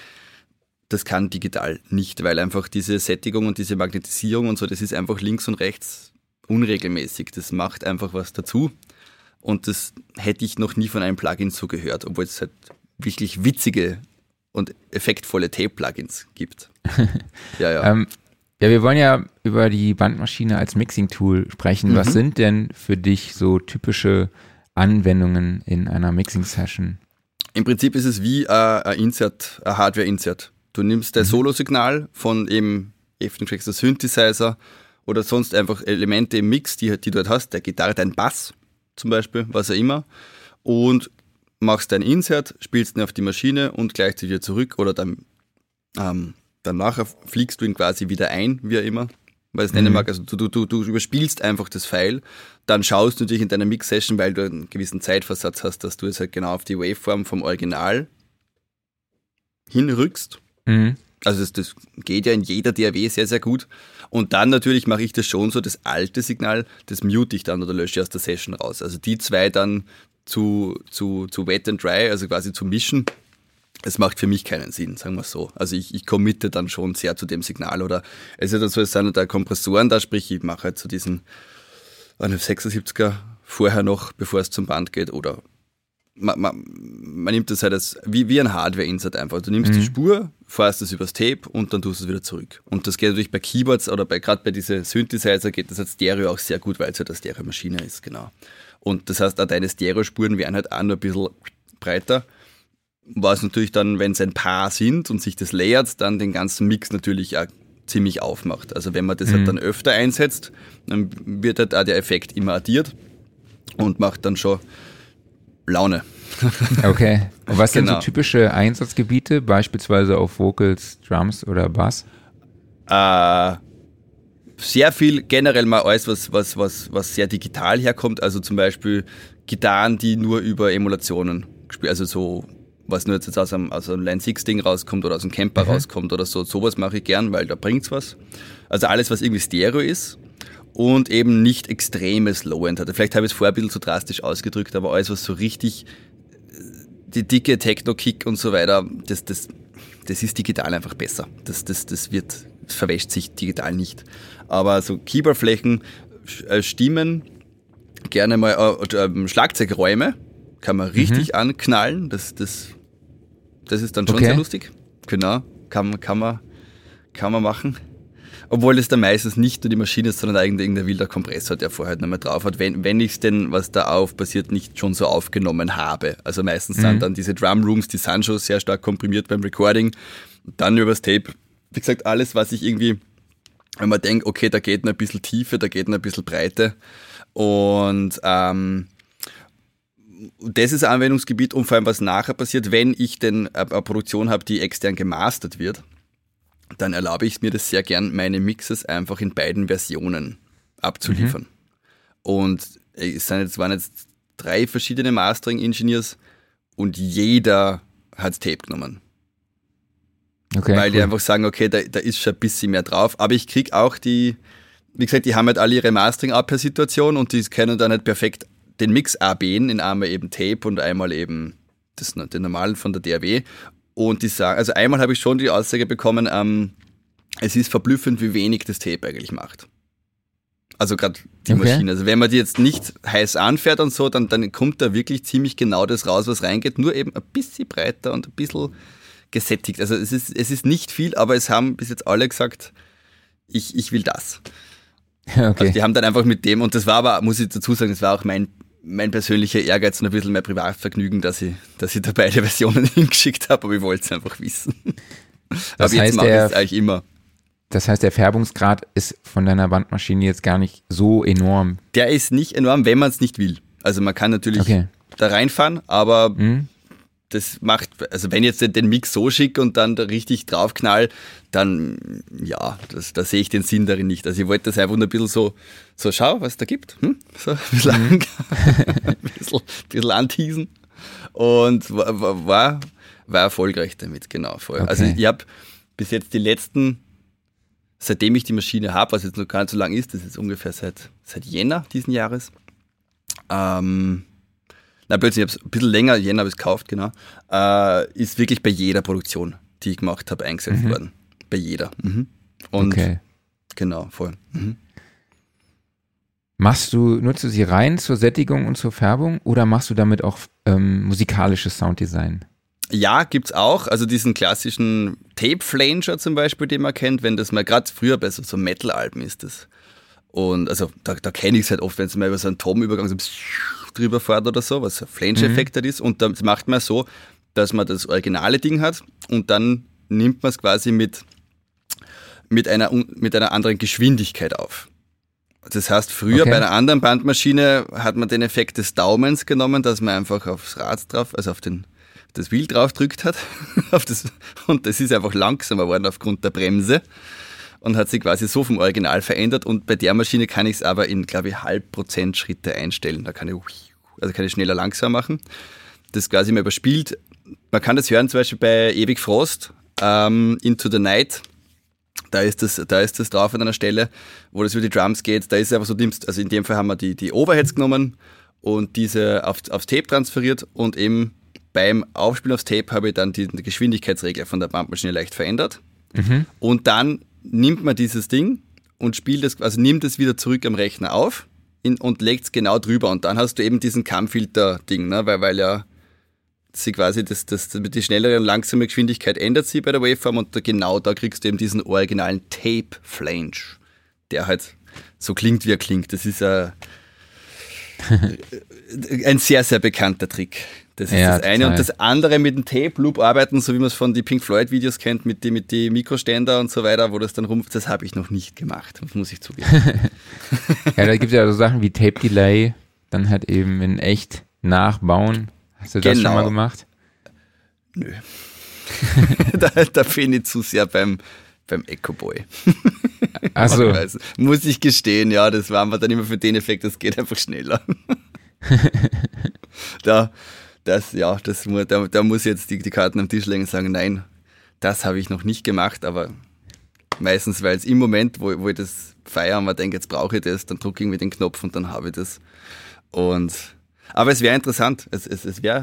das kann digital nicht, weil einfach diese Sättigung und diese Magnetisierung und so, das ist einfach links und rechts unregelmäßig. Das macht einfach was dazu. Und das hätte ich noch nie von einem Plugin so gehört, obwohl es halt wirklich witzige und effektvolle Tape-Plugins gibt. ja, ja. ähm, ja, wir wollen ja über die Bandmaschine als Mixing-Tool sprechen. Mhm. Was sind denn für dich so typische Anwendungen in einer Mixing-Session? Im Prinzip ist es wie ein Insert, ein Hardware-Insert. Du nimmst dein mhm. Solo-Signal von eben Effectracks, der Synthesizer oder sonst einfach Elemente im Mix, die, die du halt hast, der Gitarre, dein Bass zum Beispiel, was auch immer, und machst dein Insert, spielst ihn auf die Maschine und gleichzeitig wieder zurück oder dann, ähm, dann nachher fliegst du ihn quasi wieder ein, wie auch immer, weil ich es nennen mag. Also du, du, du überspielst einfach das File, dann schaust du natürlich in deiner Mix-Session, weil du einen gewissen Zeitversatz hast, dass du es halt genau auf die Waveform vom Original hinrückst. Mhm. Also das, das geht ja in jeder D A W sehr, sehr gut. Und dann natürlich mache ich das schon so, das alte Signal, das mute ich dann oder lösche aus der Session raus. Also die zwei dann zu, zu, zu Wet and Dry, also quasi zu mischen, es macht für mich keinen Sinn, sagen wir es so. Also ich, ich committe dann schon sehr zu dem Signal. Oder es ist ja so, es sind da Kompressoren da, sprich ich mache halt zu diesen sechsundsiebziger vorher noch, bevor es zum Band geht. Oder man, man, man nimmt das halt als, wie, wie ein Hardware-Insert einfach. Du nimmst mhm. die Spur, fährst das übers Tape und dann tust du es wieder zurück. Und das geht natürlich bei Keyboards oder bei gerade bei diesen Synthesizer geht das als Stereo auch sehr gut, weil es halt eine Stereo-Maschine ist, genau. Und das heißt, auch deine Stereo-Spuren werden halt auch nur ein bisschen breiter. Was natürlich dann, wenn es ein Paar sind und sich das layert, dann den ganzen Mix natürlich auch ziemlich aufmacht. Also wenn man das mhm. halt dann öfter einsetzt, dann wird halt auch der Effekt immer addiert und macht dann schon Laune. Okay. Und was genau. sind so typische Einsatzgebiete, beispielsweise auf Vocals, Drums oder Bass? Äh, sehr viel, generell mal alles, was, was, was, was sehr digital herkommt, also zum Beispiel Gitarren, die nur über Emulationen spielen, also so, was nur jetzt aus einem, aus einem Line six Ding rauskommt oder aus einem Camper mhm. rauskommt oder so, sowas mache ich gern, weil da bringt's was. Also alles, was irgendwie Stereo ist und eben nicht extremes Low-End hat. Vielleicht habe ich es vorher ein bisschen zu drastisch ausgedrückt, aber alles, was so richtig die dicke Techno-Kick und so weiter, das, das, das ist digital einfach besser. Das, das, das wird, das verwäscht sich digital nicht. Aber so Keyboardflächen, Stimmen, gerne mal äh, Schlagzeugräume, kann man richtig mhm. anknallen. Das, das, das ist dann schon okay. sehr lustig. Genau, kann, kann, man, kann man machen. Obwohl es dann meistens nicht nur die Maschine ist, sondern eigentlich irgendein wilder Kompressor, der vorher halt nochmal drauf hat, wenn, wenn ich es denn, was da auf passiert, nicht schon so aufgenommen habe. Also meistens mhm. sind dann diese Drum Rooms, die sind schon sehr stark komprimiert beim Recording. Und dann übers Tape, wie gesagt, alles, was ich irgendwie, wenn man denkt, okay, da geht noch ein bisschen Tiefe, da geht noch ein bisschen Breite. Und ähm, das ist ein Anwendungsgebiet und vor allem, was nachher passiert, wenn ich denn eine Produktion habe, die extern gemastert wird, dann erlaube ich mir das sehr gern, meine Mixes einfach in beiden Versionen abzuliefern. Mhm. Und es sind jetzt, waren jetzt drei verschiedene Mastering-Engineers und jeder hat Tape genommen. Okay, weil cool. die einfach sagen, okay, da, da ist schon ein bisschen mehr drauf. Aber ich kriege auch die, wie gesagt, die haben halt alle ihre Mastering-A-Per-Situation und die können dann halt perfekt den Mix A B'n in einmal eben Tape und einmal eben das, den normalen von der D A W. Und die sagen, also einmal habe ich schon die Aussage bekommen, ähm, es ist verblüffend, wie wenig das Tape eigentlich macht. Also gerade die okay. Maschine. Also wenn man die jetzt nicht heiß anfährt und so, dann, dann kommt da wirklich ziemlich genau das raus, was reingeht. Nur eben ein bisschen breiter und ein bisschen gesättigt. Also es ist, es ist nicht viel, aber es haben bis jetzt alle gesagt, ich, ich will das. Okay. Also die haben dann einfach mit dem, und das war aber, muss ich dazu sagen, das war auch mein mein persönlicher Ehrgeiz und ein bisschen mehr Privatvergnügen, dass ich, dass ich da beide Versionen hingeschickt habe, aber ich wollte es einfach wissen. Das aber heißt, jetzt mache ich der, es eigentlich immer. Das heißt, der Färbungsgrad ist von deiner Bandmaschine jetzt gar nicht so enorm. Der ist nicht enorm, wenn man es nicht will. Also man kann natürlich okay. da reinfahren, aber mhm. das macht, also wenn ich jetzt den Mix so schicke und dann da richtig draufknall, dann ja, das, da sehe ich den Sinn darin nicht. Also ich wollte das einfach nur ein bisschen so, so schau, was es da gibt. Hm? So ein bisschen, mhm. ein bisschen, ein bisschen anteasen. Und war, war, war erfolgreich damit, genau. Voll. Okay. Also ich habe bis jetzt die letzten, seitdem ich die Maschine habe, was jetzt noch gar nicht so lang ist, das ist ungefähr seit, seit Jänner diesen Jahres, ähm, na plötzlich, ich habe es ein bisschen länger, Jänner habe ich es gekauft, genau, äh, ist wirklich bei jeder Produktion, die ich gemacht habe, eingesetzt mhm. worden. Bei jeder. Mhm. Und okay. Genau, voll. Mhm. Machst du, nutzt du sie rein zur Sättigung und zur Färbung oder machst du damit auch ähm, musikalisches Sounddesign? Ja, gibt's auch. Also diesen klassischen Tape-Flanger zum Beispiel, den man kennt, wenn das mal gerade früher bei so, so Metal-Alben ist das. Und also da, da kenne ich es halt oft, wenn es mal über so einen Tom-Übergang so drüber fährt oder so, was ein Flange-Effekt mhm. ist. Und das macht man so, dass man das originale Ding hat und dann nimmt man es quasi mit, mit, einer, mit einer anderen Geschwindigkeit auf. Das heißt, früher okay. bei einer anderen Bandmaschine hat man den Effekt des Daumens genommen, dass man einfach aufs Rad drauf, also auf den, das Wheel drauf drückt hat. auf das, und das ist einfach langsamer geworden aufgrund der Bremse und hat sich quasi so vom Original verändert. Und bei der Maschine kann ich es aber in, glaube ich, halb Prozent Schritte einstellen. Da kann ich, also kann ich schneller langsam machen. Das quasi mal überspielt. Man kann das hören zum Beispiel bei Ewig Frost, ähm, Into the Night. Da ist das, da ist das drauf an einer Stelle, wo das über die Drums geht. Da ist es einfach so, also in dem Fall haben wir die, die Overheads genommen und diese auf, aufs Tape transferiert und eben beim Aufspielen aufs Tape habe ich dann die, die Geschwindigkeitsregler von der Bandmaschine leicht verändert. Mhm. Und dann nimmt man dieses Ding und spielt es, also nimmt es wieder zurück am Rechner auf in, und legt es genau drüber. Und dann hast du eben diesen Kammfilter-Ding, ne? weil, weil ja sie quasi das, das, die schnellere und langsame Geschwindigkeit ändert sie bei der Waveform und da, genau da kriegst du eben diesen originalen Tape-Flange, der halt so klingt, wie er klingt. Das ist ein, ein sehr, sehr bekannter Trick. Das ist ja, das eine. Total. Und das andere mit dem Tape-Loop arbeiten, so wie man es von den Pink Floyd-Videos kennt, mit den mit die Mikroständer und so weiter, wo das dann rum, das habe ich noch nicht gemacht, das muss ich zugeben. Ja, da gibt es ja so Sachen wie Tape-Delay, dann halt eben in echt nachbauen. Hast du das genau. schon mal gemacht? Nö. da, da bin ich zu sehr beim, beim Echo Boy. Ach so. Muss ich gestehen, ja, das war aber dann immer für den Effekt, das geht einfach schneller. da, das, ja, das, da, da muss ich jetzt die, die Karten am Tisch legen und sagen, nein, das habe ich noch nicht gemacht, aber meistens, weil es im Moment, wo, wo ich das feiere und man denkt, jetzt brauche ich das, dann drücke ich irgendwie den Knopf und dann habe ich das. Und aber es wäre interessant. Es, es, es wäre.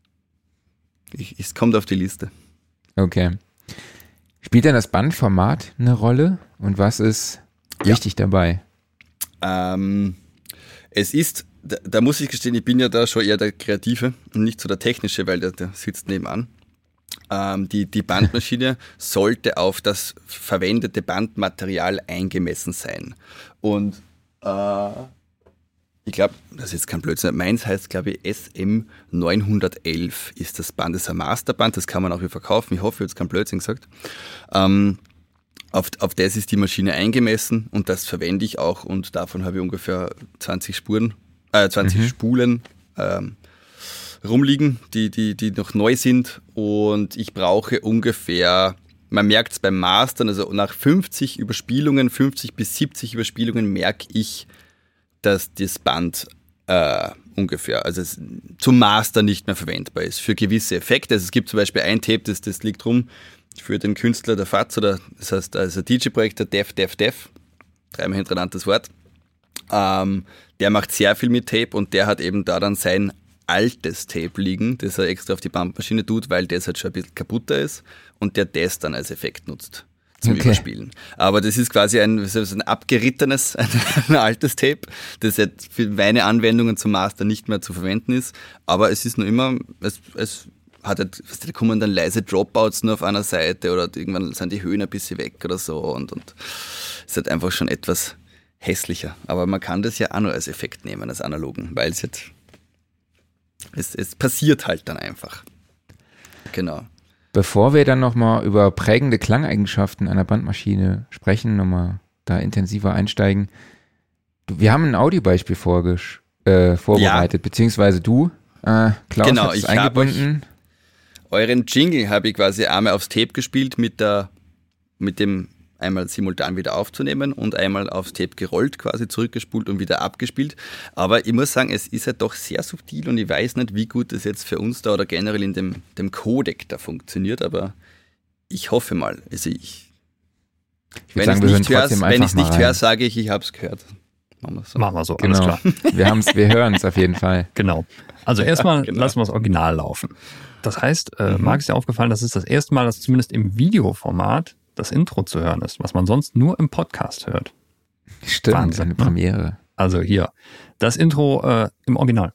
Es kommt auf die Liste. Okay. Spielt denn das Bandformat eine Rolle? Und was ist ja. wichtig dabei? Ähm, es ist, da, da muss ich gestehen, ich bin ja da schon eher der Kreative und nicht so der Technische, weil der, der sitzt nebenan. ähm, die, die Bandmaschine sollte auf das verwendete Bandmaterial eingemessen sein. Und äh, ich glaube, das ist jetzt kein Blödsinn, meins heißt, glaube ich, S M neunhundertelf ist das Band. Das ist ein Masterband, das kann man auch wieder verkaufen. Ich hoffe, ich habe jetzt kein Blödsinn gesagt. Ähm, auf, auf das ist die Maschine eingemessen und das verwende ich auch und davon habe ich ungefähr zwanzig Spuren, äh, zwanzig mhm. Spulen ähm, rumliegen, die, die, die noch neu sind und ich brauche ungefähr, man merkt es beim Mastern, also nach fünfzig Überspielungen, fünfzig bis siebzig Überspielungen merke ich, dass das Band äh, ungefähr, also es zum Master nicht mehr verwendbar ist für gewisse Effekte. Also es gibt zum Beispiel ein Tape, das, das liegt rum für den Künstler der Fatz oder das heißt also D J-Projekt der Def Def Def, dreimal hintereinander das Wort. Ähm, der macht sehr viel mit Tape und der hat eben da dann sein altes Tape liegen, das er extra auf die Bandmaschine tut, weil das halt schon ein bisschen kaputter ist und der das dann als Effekt nutzt. Zum okay. Überspielen. Aber das ist quasi ein, ein abgerittenes, ein, ein altes Tape, das jetzt für meine Anwendungen zum Master nicht mehr zu verwenden ist. Aber es ist nur immer, es, es hat halt, da kommen dann leise Dropouts nur auf einer Seite oder irgendwann sind die Höhen ein bisschen weg oder so und, und es ist halt einfach schon etwas hässlicher. Aber man kann das ja auch nur als Effekt nehmen, als analogen, weil es jetzt, es, es passiert halt dann einfach. Genau. Bevor wir dann nochmal über prägende Klangeigenschaften einer Bandmaschine sprechen, nochmal da intensiver einsteigen. Wir haben ein Audiobeispiel vorgesch- äh, vorbereitet, ja. beziehungsweise du, äh, Klaus, genau, hast es ich eingebunden. Euren Jingle habe ich quasi einmal aufs Tape gespielt, mit der, mit dem einmal simultan wieder aufzunehmen und einmal aufs Tape gerollt, quasi zurückgespult und wieder abgespielt. Aber ich muss sagen, es ist ja doch sehr subtil und ich weiß nicht, wie gut das jetzt für uns da oder generell in dem, dem Codec da funktioniert, aber ich hoffe mal. Also ich, ich wenn sagen, ich es nicht höre, wenn ich es nicht höre, sage ich, ich habe es gehört. Machen wir so. Machen wir so, genau. Alles klar. Wir, haben's, wir hören es auf jeden Fall. Genau. Also erstmal genau. lassen wir das Original laufen. Das heißt, äh, mhm. Marc ist dir aufgefallen, das ist das erste Mal, dass zumindest im Videoformat das Intro zu hören ist, was man sonst nur im Podcast hört. Stimmt, Wahnsinn, eine Premiere. Ne? Also hier, das Intro äh, im Original.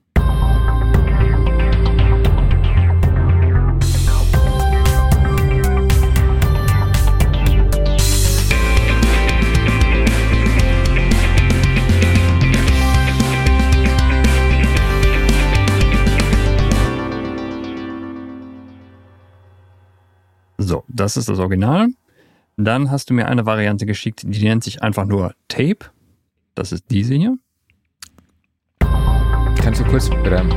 So, das ist das Original. Dann hast du mir eine Variante geschickt, die nennt sich einfach nur Tape. Das ist diese hier. Kannst du kurz... Ähm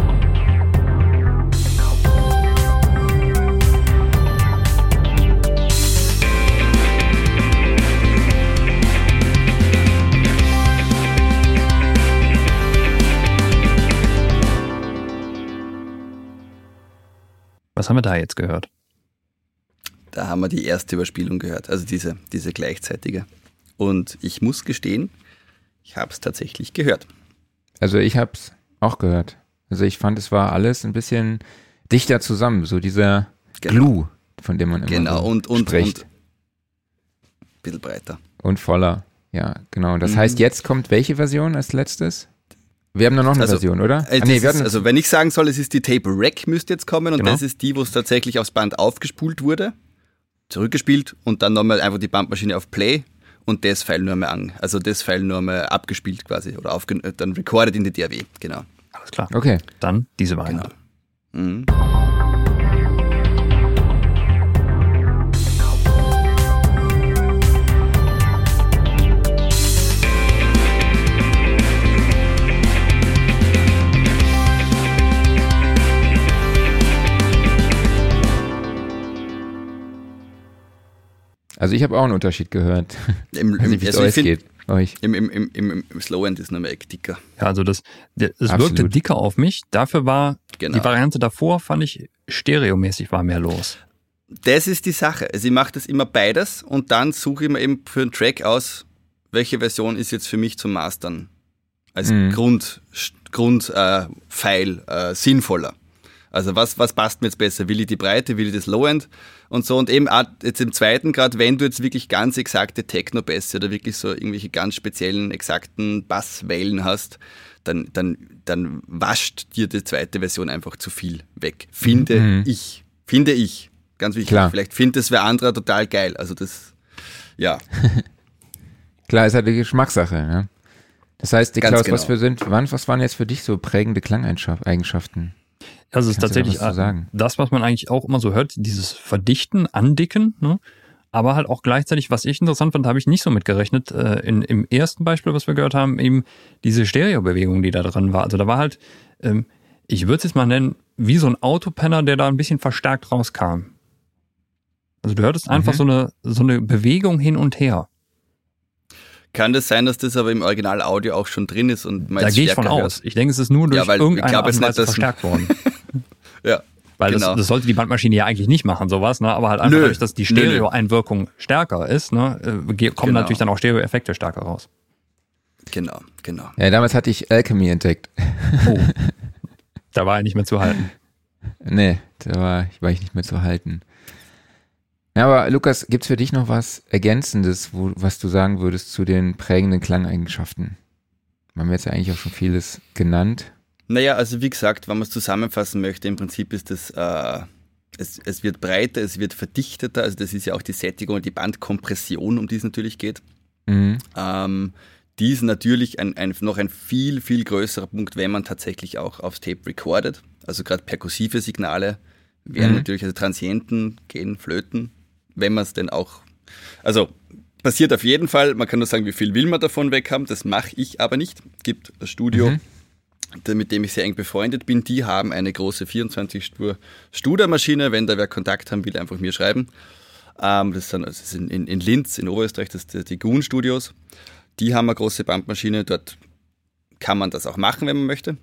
Was haben wir da jetzt gehört? Da haben wir die erste Überspielung gehört, also diese, diese gleichzeitige. Und ich muss gestehen, ich habe es tatsächlich gehört. Also ich habe es auch gehört. Also ich fand, es war alles ein bisschen dichter zusammen, so dieser genau. Glue, von dem man immer genau. so und, und, spricht. Und ein bisschen breiter. Und voller, ja, genau. Das mhm. heißt, jetzt kommt welche Version als letztes? Wir haben nur noch eine also, Version, oder? Äh, ah, nee, wir ist, also wenn ich sagen soll, es ist die Tape Rec, müsste jetzt kommen und genau. das ist die, wo es tatsächlich aufs Band aufgespult wurde, zurückgespielt und dann nochmal einfach die Bandmaschine auf Play und das File nur einmal an, also das File nur einmal abgespielt quasi oder aufge- dann recorded in die D A W, genau. Alles klar. Okay. Dann diese Variante. Genau. Mhm. Also ich habe auch einen Unterschied gehört. Im, also wie es euch geht. Euch. Im, im, im, im, im Slow-End ist nochmal dicker. Ja, also das, das wirkte dicker auf mich. Dafür war genau. die Variante davor, fand ich, stereomäßig war mehr los. Das ist die Sache. Also ich mache das immer beides und dann suche ich mir eben für einen Track aus, welche Version ist jetzt für mich zum Mastern als mhm. Grund, Grund äh, File äh, sinnvoller. Also was, was passt mir jetzt besser? Will ich die Breite, will ich das Low-End und so. Und eben auch jetzt im zweiten Grad, wenn du jetzt wirklich ganz exakte Techno-Bässe oder wirklich so irgendwelche ganz speziellen, exakten Basswellen hast, dann, dann, dann wascht dir die zweite Version einfach zu viel weg. Finde mhm. ich. Finde ich. Ganz wichtig. Klar. Vielleicht findet es wer anderer total geil. Also das, ja. Klar, ist halt die Geschmackssache. Ne? Das heißt, die Ganz Klaus, genau. was, für sind, wann, was waren jetzt für dich so prägende Klangeigenschaften? Also es ist Kannst du da tatsächlich was zu sagen? das, was man eigentlich auch immer so hört, dieses Verdichten, Andicken, ne? Aber halt auch gleichzeitig, was ich interessant fand, habe ich nicht so mitgerechnet, äh, in, im ersten Beispiel, was wir gehört haben, eben diese Stereobewegung, die da drin war. Also da war halt, ähm, ich würde es jetzt mal nennen, wie so ein Autopenner, der da ein bisschen verstärkt rauskam. Also du hörtest einfach Mhm. so eine so eine Bewegung hin und her. Kann das sein, dass das aber im Original-Audio auch schon drin ist und man Da jetzt gehe ich stärker von hört? aus. Ich denke, es ist nur durch Ja, weil ich irgendeine glaub Art jetzt und nicht, Weise dass- verstärkt worden. Ja, Weil genau. das, das sollte die Bandmaschine ja eigentlich nicht machen, sowas, ne? Aber halt einfach Nö. dadurch, dass die Nö, nö. Stereo-Einwirkung stärker ist, ne, äh, ge- kommen Genau. natürlich dann auch Stereo-Effekte stärker raus. Genau, genau. Ja, damals hatte ich Alchemy entdeckt. Oh. Da war er nicht mehr zu halten. Nee, da war, war ich nicht mehr zu halten. Ja, aber Lukas, gibt's für dich noch was Ergänzendes, wo, was du sagen würdest zu den prägenden Klangeigenschaften? Wir haben jetzt ja eigentlich auch schon vieles genannt. Naja, also wie gesagt, wenn man es zusammenfassen möchte, im Prinzip ist das, äh, es, es wird breiter, es wird verdichteter, also das ist ja auch die Sättigung und die Bandkompression, um die es natürlich geht. Mhm. Ähm, die ist natürlich ein, ein, noch ein viel, viel größerer Punkt, wenn man tatsächlich auch aufs Tape recordet. Also gerade perkussive Signale werden Mhm. natürlich, also Transienten gehen flöten, wenn man es denn auch, also passiert auf jeden Fall, man kann nur sagen, wie viel will man davon weg haben, das mache ich aber nicht. Es gibt ein Studio, Mhm. mit dem ich sehr eng befreundet bin, die haben eine große vierundzwanzig-Spur-Studer-Maschine, wenn da wer Kontakt haben will, einfach mir schreiben. Ähm, das, sind, das ist in, in, in Linz, in Oberösterreich, das sind die Goon Studios. Die haben eine große Bandmaschine, dort kann man das auch machen, wenn man möchte.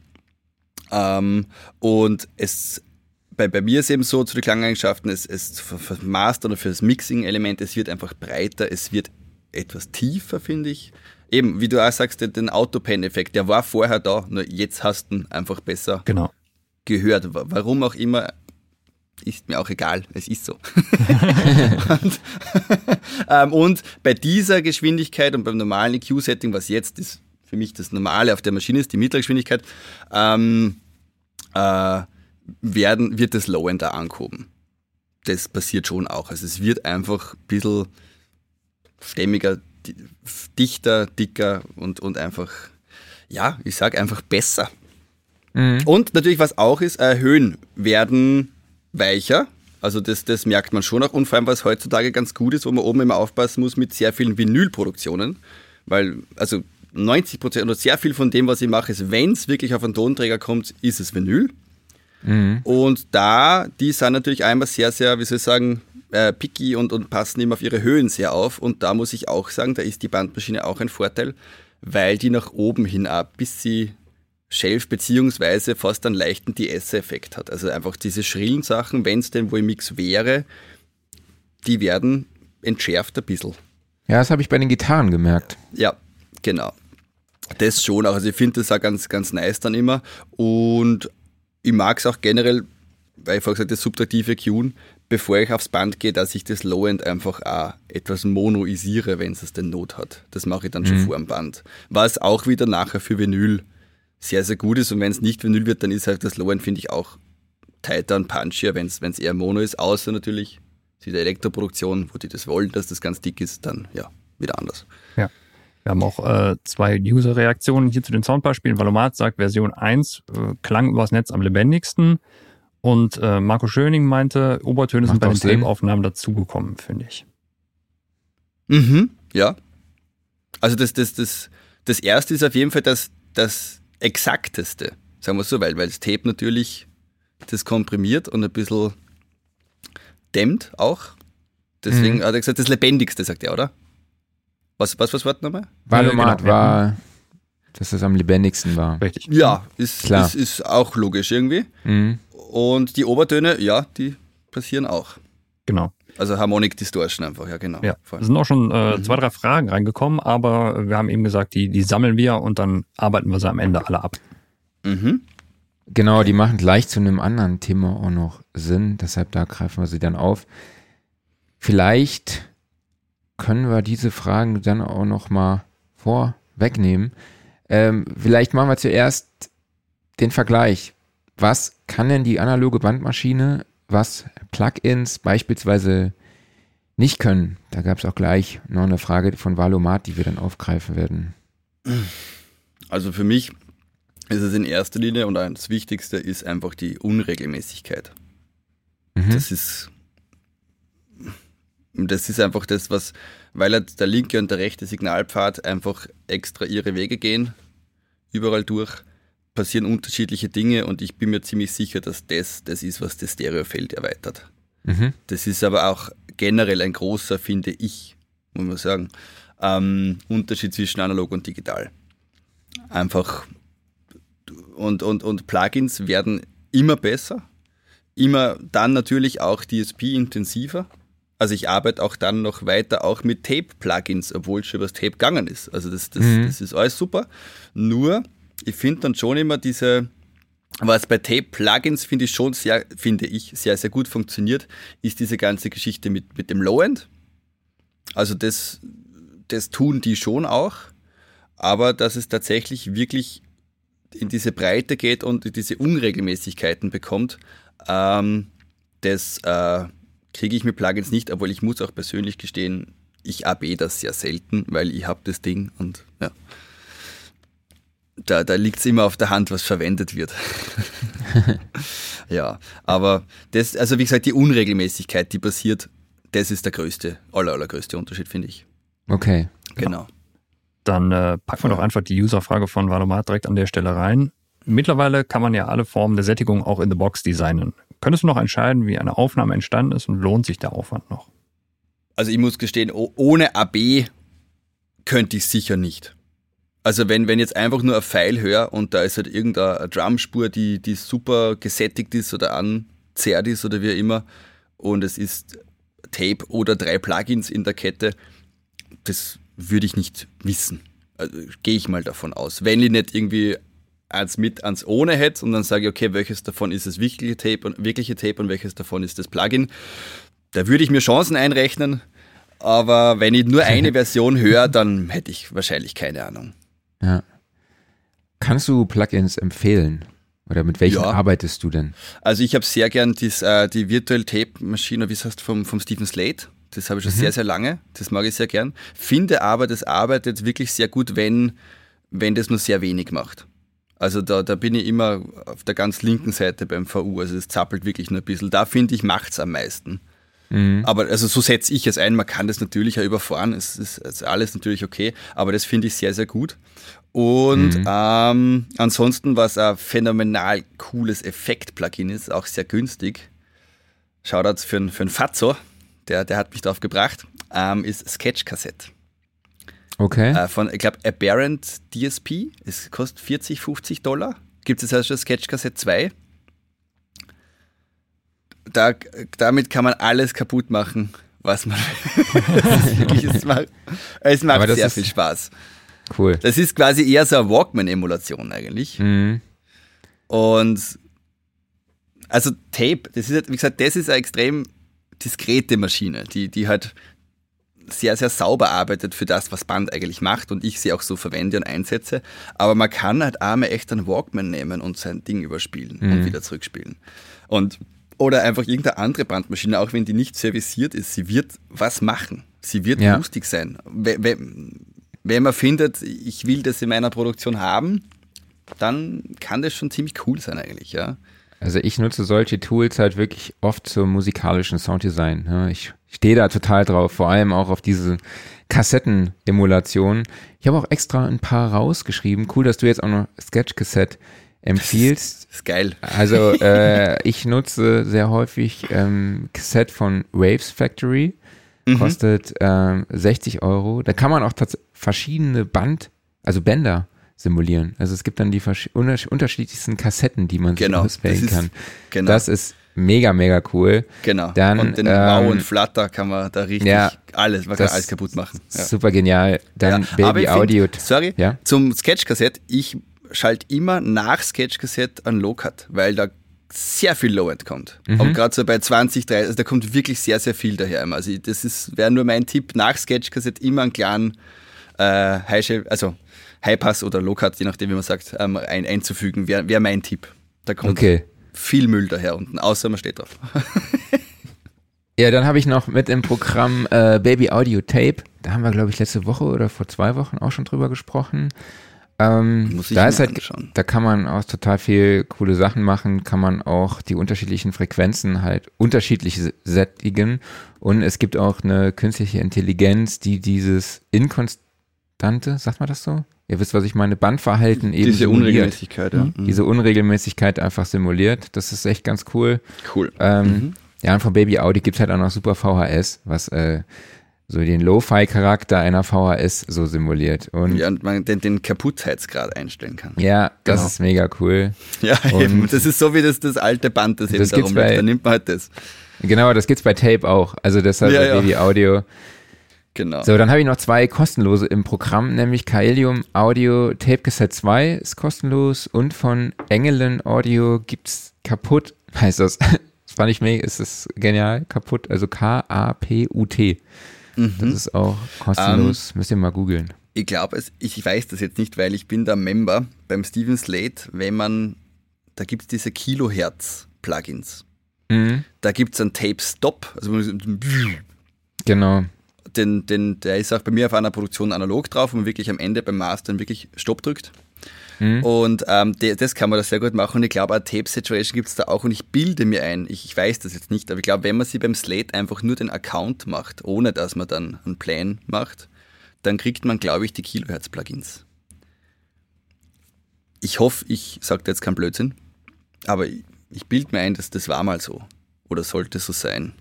Ähm, und es, bei, bei mir ist eben so, zu den Klangeigenschaften, es, es für, für das Master oder für das Mixing-Element, es wird einfach breiter, es wird etwas tiefer, finde ich. Eben, wie du auch sagst, den, den Autopen-Effekt, der war vorher da, nur jetzt hast du ihn einfach besser Genau. gehört. Warum auch immer, ist mir auch egal, es ist so. und, ähm, und bei dieser Geschwindigkeit und beim normalen E Q-Setting, was jetzt ist, für mich das Normale auf der Maschine ist, die mittlere Geschwindigkeit, ähm, äh, werden, wird das Low-End da angehoben. Das passiert schon auch. Also es wird einfach ein bisschen stämmiger, dichter, dicker und, und einfach, ja, ich sag einfach besser. Mhm. Und natürlich, was auch ist, äh, Höhen werden weicher. Also das, das merkt man schon auch. Und vor allem, was heutzutage ganz gut ist, wo man oben immer aufpassen muss mit sehr vielen Vinylproduktionen. Weil, also neunzig Prozent oder sehr viel von dem, was ich mache, ist, wenn es wirklich auf einen Tonträger kommt, ist es Vinyl. Mhm. Und da, die sind natürlich einmal sehr, sehr, wie soll ich sagen, äh, picky und, und passen immer auf ihre Höhen sehr auf. Und da muss ich auch sagen, da ist die Bandmaschine auch ein Vorteil, weil die nach oben hin ab, bis sie Shelf beziehungsweise fast einen leichten D S-Effekt hat. Also einfach diese schrillen Sachen, wenn es denn wohl im Mix wäre, die werden entschärft ein bisschen. Ja, das habe ich bei den Gitarren gemerkt. Ja, genau. Das schon auch. Also ich finde das auch ganz, ganz nice dann immer. Und ich mag es auch generell, weil ich vorher gesagt habe, das subtraktive Cueen, bevor ich aufs Band gehe, dass ich das Low-End einfach auch etwas monoisiere, wenn es den Not hat. Das mache ich dann schon Mhm. vor dem Band. Was auch wieder nachher für Vinyl sehr, sehr gut ist. Und wenn es nicht Vinyl wird, dann ist halt das Low-End, finde ich, auch tighter und punchier, wenn es eher Mono ist. Außer natürlich die Elektroproduktion, wo die das wollen, dass das ganz dick ist, dann ja, wieder anders. Ja. Wir haben auch äh, zwei User-Reaktionen hier zu den Soundbeispielen. Valomat sagt, Version eins äh, klang übers Netz am lebendigsten. Und äh, Marco Schöning meinte, Obertöne sind Macht bei auch den Sinn. Tape-Aufnahmen dazugekommen, finde ich. Mhm, ja. Also das, das, das, das erste ist auf jeden Fall das, das Exakteste, sagen wir so, weil, weil das Tape natürlich das komprimiert und ein bisschen dämmt auch. Deswegen Mhm. hat er gesagt, das Lebendigste, sagt er, oder? Was, was, was war das nochmal? Valomat genau, ja. war, dass es am lebendigsten war. Richtig. Ja, ist, Klar. ist, ist auch logisch irgendwie. Mhm. Und die Obertöne, ja, die passieren auch. Genau. Also Harmonic Distortion einfach, ja genau. Ja. Voll. Es sind auch schon äh, Mhm. zwei, drei Fragen reingekommen, aber wir haben eben gesagt, die, die sammeln wir und dann arbeiten wir sie am Ende alle ab. Mhm. Genau, die machen gleich zu einem anderen Thema auch noch Sinn, deshalb da greifen wir sie dann auf. Vielleicht können wir diese Fragen dann auch noch mal vorwegnehmen. Ähm, vielleicht machen wir zuerst den Vergleich. Was kann denn die analoge Bandmaschine, was Plugins beispielsweise nicht können. Da gab es auch gleich noch eine Frage von Valomat, die wir dann aufgreifen werden. Also für mich ist es in erster Linie und das Wichtigste ist einfach die Unregelmäßigkeit. Mhm. Das ist das ist einfach das, was, weil halt der linke und der rechte Signalpfad einfach extra ihre Wege gehen, überall durch, passieren unterschiedliche Dinge und ich bin mir ziemlich sicher, dass das das ist, was das Stereofeld erweitert. Mhm. Das ist aber auch generell ein großer, finde ich, muss man sagen, ähm, Unterschied zwischen analog und digital. Einfach und, und, und Plugins werden immer besser, immer dann natürlich auch D S P-intensiver. Also ich arbeite auch dann noch weiter auch mit Tape-Plugins, obwohl es schon über das Tape gegangen ist. Also das, das, mhm. das ist alles super. Nur, ich finde dann schon immer diese, was bei Tape-Plugins finde ich schon sehr, finde ich, sehr, sehr gut funktioniert, ist diese ganze Geschichte mit, mit dem Low-End. Also das, das tun die schon auch, aber dass es tatsächlich wirklich in diese Breite geht und diese Unregelmäßigkeiten bekommt, ähm, das äh, kriege ich mit Plugins nicht, obwohl ich muss auch persönlich gestehen, ich A B das sehr selten, weil ich habe das Ding und ja, da, da liegt es immer auf der Hand, was verwendet wird. Ja, aber das, also wie gesagt, die Unregelmäßigkeit, die passiert, das ist der größte, aller, allergrößte Unterschied, finde ich. Okay. Genau. Dann äh, packen wir doch einfach die Userfrage von Valomat direkt an der Stelle rein. Mittlerweile kann man ja alle Formen der Sättigung auch in the box designen. Könntest du noch entscheiden, wie eine Aufnahme entstanden ist und lohnt sich der Aufwand noch? Also ich muss gestehen, ohne A B könnte ich sicher nicht. Also wenn, wenn jetzt einfach nur ein File höre und da ist halt irgendeine Drumspur, die, die super gesättigt ist oder anzerrt ist oder wie immer und es ist Tape oder drei Plugins in der Kette, das würde ich nicht wissen. Also gehe ich mal davon aus. Wenn ich nicht irgendwie eins mit, eins ohne hätte und dann sage ich, okay, welches davon ist das wirkliche Tape und, wirkliche Tape und welches davon ist das Plugin, da würde ich mir Chancen einrechnen, aber wenn ich nur eine Version höre, dann hätte ich wahrscheinlich keine Ahnung. Ja. Kannst du Plugins empfehlen? Oder mit welchen ja. arbeitest du denn? Also ich habe sehr gern dies, äh, die Virtual Tape Maschine, wie es heißt, vom, vom Stephen Slate. Das habe ich schon mhm. sehr, sehr lange. Das mag ich sehr gern. Finde aber, das arbeitet wirklich sehr gut, wenn, wenn das nur sehr wenig macht. Also da, da bin ich immer auf der ganz linken Seite beim V U. Also das zappelt wirklich nur ein bisschen. Da finde ich, macht es am meisten. Mhm. Aber also so setze ich es ein. Man kann das natürlich auch überfahren. Es ist, ist alles natürlich okay. Aber das finde ich sehr, sehr gut. Und mhm. ähm, ansonsten, was ein phänomenal cooles Effekt-Plugin ist, auch sehr günstig. Shoutouts für, für einen Fatso. Der, der hat mich drauf gebracht, ähm, ist Sketch Cassette. Okay. Äh, von, ich glaube, Aberrant D S P. Es kostet vierzig, fünfzig Dollar. Gibt es jetzt also schon Sketch Cassette zwei. Da, damit kann man alles kaputt machen, was man. Das wirklich, es macht, es macht sehr viel Spaß. Cool. Das ist quasi eher so eine Walkman-Emulation eigentlich. Mhm. Und also Tape, das ist, wie gesagt, das ist eine extrem diskrete Maschine, die, die halt sehr, sehr sauber arbeitet für das, was Band eigentlich macht und ich sie auch so verwende und einsetze. Aber man kann halt auch mal echt einen Walkman nehmen und sein Ding überspielen mhm. und wieder zurückspielen. Und, oder einfach irgendeine andere Bandmaschine, auch wenn die nicht serviciert ist, sie wird was machen. Sie wird ja. lustig sein. Wenn, wenn man findet, ich will das in meiner Produktion haben, dann kann das schon ziemlich cool sein eigentlich, ja. Also ich nutze solche Tools halt wirklich oft zum musikalischen Sounddesign. Ich stehe da total drauf, vor allem auch auf diese Kassetten-Emulation. Ich habe auch extra ein paar rausgeschrieben. Cool, dass du jetzt auch noch Sketch Cassette empfiehlst. Das ist geil. Also äh, ich nutze sehr häufig ähm, Cassette von Waves Factory. Mhm. Kostet ähm, sechzig Euro. Da kann man auch tats- verschiedene Band, also Bänder simulieren. Also es gibt dann die vers- unter- unterschiedlichsten Kassetten, die man genau, sich auswählen kann. Genau. Das ist mega, mega cool. Genau. Dann, und den ähm, Wow und Flutter kann man da richtig ja, alles, man kann alles kaputt machen. Ja. Super genial. Dann ja, Baby Audio. Find, sorry, ja? zum Sketch-Cassette, ich schalte immer nach Sketch-Cassette an Low-Cut, weil da sehr viel Low-End kommt. Mhm. Und gerade so bei zwanzig, dreißig, also da kommt wirklich sehr, sehr viel daher. Also das wäre nur mein Tipp, nach Sketch-Cassette immer einen kleinen äh, High, also High-Pass oder Low-Cut, je nachdem wie man sagt, ähm, ein, einzufügen, wäre wär mein Tipp. Da kommt okay. viel Müll daher unten, außer man steht drauf. Ja, dann habe ich noch mit im Programm äh, Baby Audio Tape. Da haben wir, glaube ich, letzte Woche oder vor zwei Wochen auch schon drüber gesprochen. Ähm, Muss ich da mir ist halt, anschauen. da kann man auch total viel coole Sachen machen, kann man auch die unterschiedlichen Frequenzen halt unterschiedlich sättigen und es gibt auch eine künstliche Intelligenz, die dieses inkonstante, sagt man das so? Ihr wisst, was ich meine, Bandverhalten eben Diese simuliert. Unregelmäßigkeit, ja. Mhm. Diese Unregelmäßigkeit einfach simuliert, das ist echt ganz cool. Cool. Ähm, Mhm. Ja, und von Baby Audio gibt es halt auch noch super V H S, was äh, so den Lo-Fi-Charakter einer V H S so simuliert. Und Ja, und man den, den Kaputtheitsgrad einstellen kann. ja, das Genau. ist mega cool. Ja, Und eben. Das ist so wie das, das alte Band, das, das eben darum gibt's bei- läuft. Da nimmt man halt das. Genau, das gibt's bei Tape auch. Also deshalb Ja, bei ja. Baby Audio. Genau. So, dann habe ich noch zwei kostenlose im Programm, nämlich Kaelium Audio Tape Cassette zwei ist kostenlos und von Engelen Audio gibt's kaputt, heißt das. Das fand ich mega, ist das genial, kaputt, also K A P U T. Mhm. Das ist auch kostenlos, müsst ihr mal googeln. Ich glaube, es, ich weiß das jetzt nicht, weil ich bin da Member beim Steven Slate, wenn man, da gibt es diese Kilohertz-Plugins. Mhm, Da gibt es einen Tape-Stop, also man- genau. den, den, der ist auch bei mir auf einer Produktion analog drauf, wo man wirklich am Ende beim Mastern wirklich Stopp drückt. Mhm. Und ähm, de, das kann man da sehr gut machen und ich glaube, eine Tape-Situation gibt es da auch und ich bilde mir ein, ich, ich weiß das jetzt nicht, aber ich glaube, wenn man sie beim Slate einfach nur den Account macht, ohne dass man dann einen Plan macht, dann kriegt man, glaube ich, die Kilohertz-Plugins. Ich hoffe, ich sage jetzt keinen Blödsinn, aber ich, ich bilde mir ein, dass das war mal so oder sollte so sein.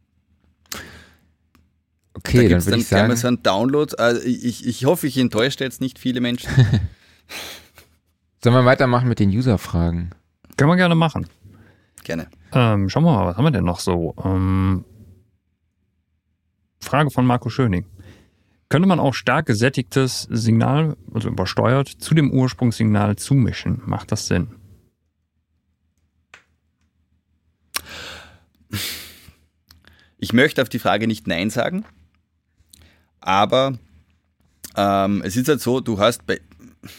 Okay, da dann gibt es würde dann ich gerne sagen, mal so einen Download. Also ich, ich hoffe, ich enttäusche jetzt nicht viele Menschen. sollen wir weitermachen mit den User-Fragen? Können wir gerne machen. Gerne. Ähm, schauen wir mal, was haben wir denn noch so? Ähm, Frage von Marco Schöning. Könnte man auch stark gesättigtes Signal, also übersteuert, zu dem Ursprungssignal zumischen? Macht das Sinn? Ich möchte auf die Frage nicht Nein sagen, aber ähm, es ist halt so, du hast bei,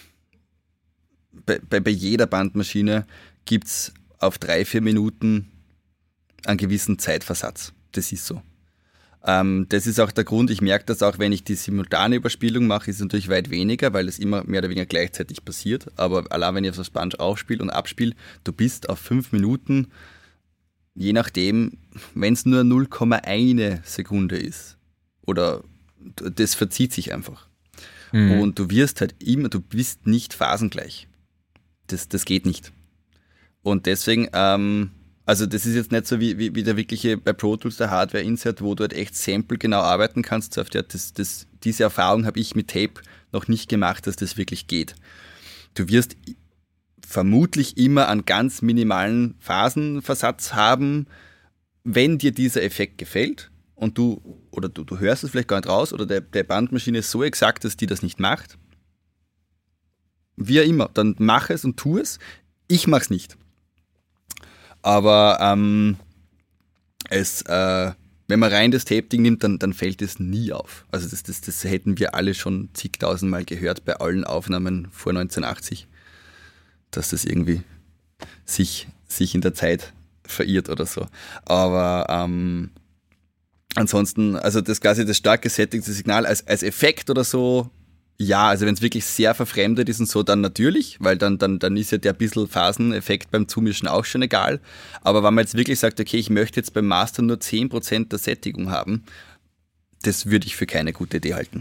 bei, bei, bei jeder Bandmaschine gibt es auf drei, vier Minuten einen gewissen Zeitversatz. Das ist so. Ähm, das ist auch der Grund, ich merke das auch, wenn ich die simultane Überspielung mache, ist es natürlich weit weniger, weil es immer mehr oder weniger gleichzeitig passiert. Aber allein wenn ich auf das Band aufspiele und abspiele, du bist auf fünf Minuten, je nachdem, wenn es nur null Komma eins Sekunde ist, oder das verzieht sich einfach. Mhm. Und du wirst halt immer, du bist nicht phasengleich. Das, das geht nicht. Und deswegen, ähm, also das ist jetzt nicht so wie, wie, wie der wirkliche bei Pro Tools der Hardware-Insert, wo du halt echt Sample genau arbeiten kannst. Das, das, diese Erfahrung habe ich mit Tape noch nicht gemacht, dass das wirklich geht. Du wirst vermutlich immer einen ganz minimalen Phasenversatz haben, wenn dir dieser Effekt gefällt und du, oder du, du hörst es vielleicht gar nicht raus oder der, der Bandmaschine ist so exakt, dass die das nicht macht. Wie auch immer, dann mach es und tu es. Ich mach's nicht. Aber ähm, es, äh, wenn man rein das Tape-Ding nimmt, dann, dann fällt es nie auf. Also das, das, das hätten wir alle schon zigtausendmal gehört bei allen Aufnahmen vor neunzehnhundertachtzig, dass das irgendwie sich, sich in der Zeit verirrt oder so. Aber ähm, ansonsten, also das quasi das stark gesättigte Signal als, als Effekt oder so, ja, also wenn es wirklich sehr verfremdet ist und so, dann natürlich, weil dann, dann, dann ist ja der bisschen Phaseneffekt beim Zumischen auch schon egal. Aber wenn man jetzt wirklich sagt, okay, ich möchte jetzt beim Master nur zehn Prozent der Sättigung haben, das würde ich für keine gute Idee halten.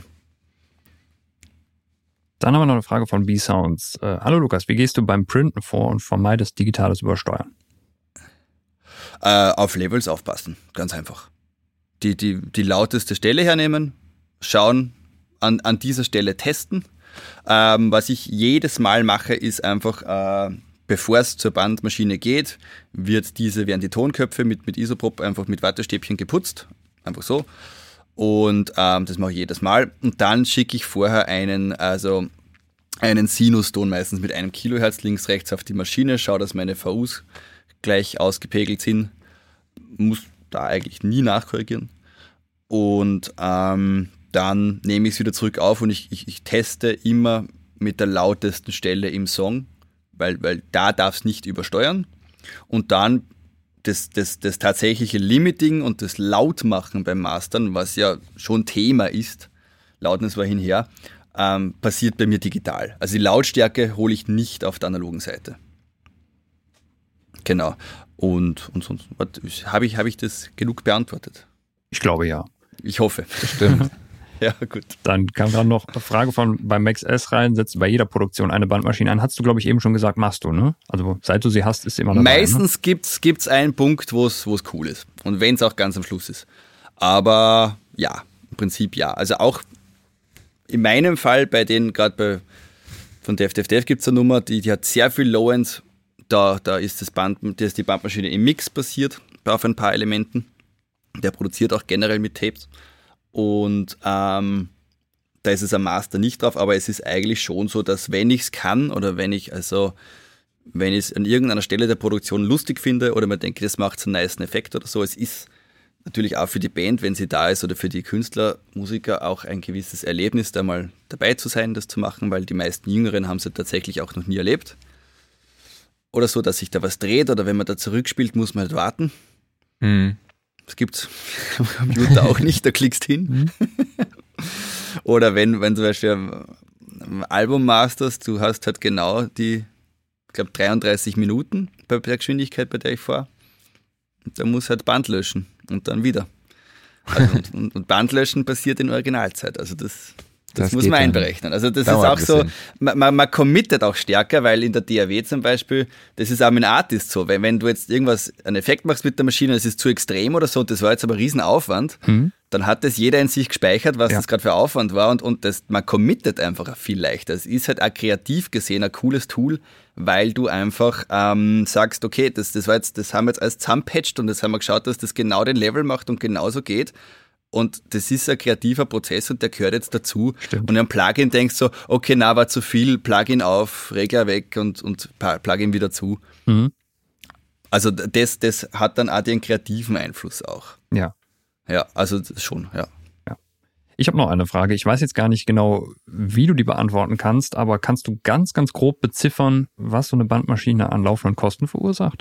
Dann haben wir noch eine Frage von B-Sounds. Äh, Hallo Lukas, wie gehst du beim Printen vor und vermeidest digitales Übersteuern? Äh, auf Levels aufpassen, ganz einfach. Die, die, die lauteste Stelle hernehmen, schauen, an, an dieser Stelle testen. Ähm, was ich jedes Mal mache, ist einfach, äh, bevor es zur Bandmaschine geht, wird diese, werden die Tonköpfe mit, mit Isopop einfach mit Wattestäbchen geputzt. Einfach so. Und ähm, das mache ich jedes Mal. Und dann schicke ich vorher einen, also einen Sinuston meistens mit einem Kilohertz links, rechts auf die Maschine, schaue, dass meine V Us gleich ausgepegelt sind. Muss da eigentlich nie nachkorrigieren. Und ähm, dann nehme ich es wieder zurück auf und ich, ich, ich teste immer mit der lautesten Stelle im Song, weil, weil da darf es nicht übersteuern. und dann das, das, das tatsächliche Limiting und das Lautmachen beim Mastern, was ja schon Thema ist, Lautness war hinher, ähm, passiert bei mir digital. Also die Lautstärke hole ich nicht auf der analogen Seite. Genau. Und, und sonst, habe ich, hab ich das genug beantwortet? Ich glaube ja. Ich hoffe. Stimmt. Ja, gut. Dann kam dann noch eine Frage von beim Max S rein, setzt du bei jeder Produktion eine Bandmaschine ein. Hast du, glaube ich, eben schon gesagt, machst du, ne? Also seit du sie hast, ist sie immer dabei. Meistens ne? gibt's gibt's einen Punkt, wo es cool ist. Und wenn es auch ganz am Schluss ist. Aber ja, im Prinzip ja. Also auch in meinem Fall, bei denen gerade bei von Def Def Def gibt es eine Nummer, die, die hat sehr viel Low-End. Da, da ist das Band, da ist die Bandmaschine im Mix basiert, auf ein paar Elementen. Der produziert auch generell mit Tapes. Und ähm, da ist es am Master nicht drauf, aber es ist eigentlich schon so, dass wenn ich es kann oder wenn ich also wenn ich es an irgendeiner Stelle der Produktion lustig finde oder man denke, das macht so einen nicen Effekt oder so, es ist natürlich auch für die Band, wenn sie da ist oder für die Künstler, Musiker auch ein gewisses Erlebnis, da mal dabei zu sein, das zu machen, weil die meisten Jüngeren haben es ja tatsächlich auch noch nie erlebt. Oder so, dass sich da was dreht oder wenn man da zurückspielt, muss man halt warten. Mhm. Das gibt's am Computer auch nicht, da klickst hin. Oder wenn, wenn zum Beispiel ein Album masterst, du hast halt genau die, ich glaube, dreiunddreißig Minuten bei der Geschwindigkeit, bei der ich fahre. Und da muss halt Band löschen und dann wieder. Also und, und, und Band löschen passiert in Originalzeit. Also das, das, das muss man einberechnen. Also das ist auch so, man, man, man committet auch stärker, weil in der D A W zum Beispiel, das ist auch mit Artist so, wenn, wenn du jetzt irgendwas, einen Effekt machst mit der Maschine, das ist zu extrem oder so, das war jetzt aber ein Riesenaufwand, mhm. dann hat das jeder in sich gespeichert, was ja. das gerade für Aufwand war und, und das, man committet einfach viel leichter. Es ist halt auch kreativ gesehen ein cooles Tool, weil du einfach ähm, sagst, okay, das, das war jetzt, das haben wir jetzt alles zusammenpatcht und das haben wir geschaut, dass das genau den Level macht und genauso geht. Und das ist ein kreativer Prozess und der gehört jetzt dazu. Stimmt. Und ein Plugin denkst so, okay, na, war zu viel, Plugin auf, Regler weg und, und Plugin wieder zu. Mhm. Also das, das hat dann auch den kreativen Einfluss auch. Ja. Ja, also schon, ja. ja. Ich habe noch eine Frage. Ich weiß jetzt gar nicht genau, wie du die beantworten kannst, aber kannst du ganz, ganz grob beziffern, was so eine Bandmaschine an laufenden Kosten verursacht?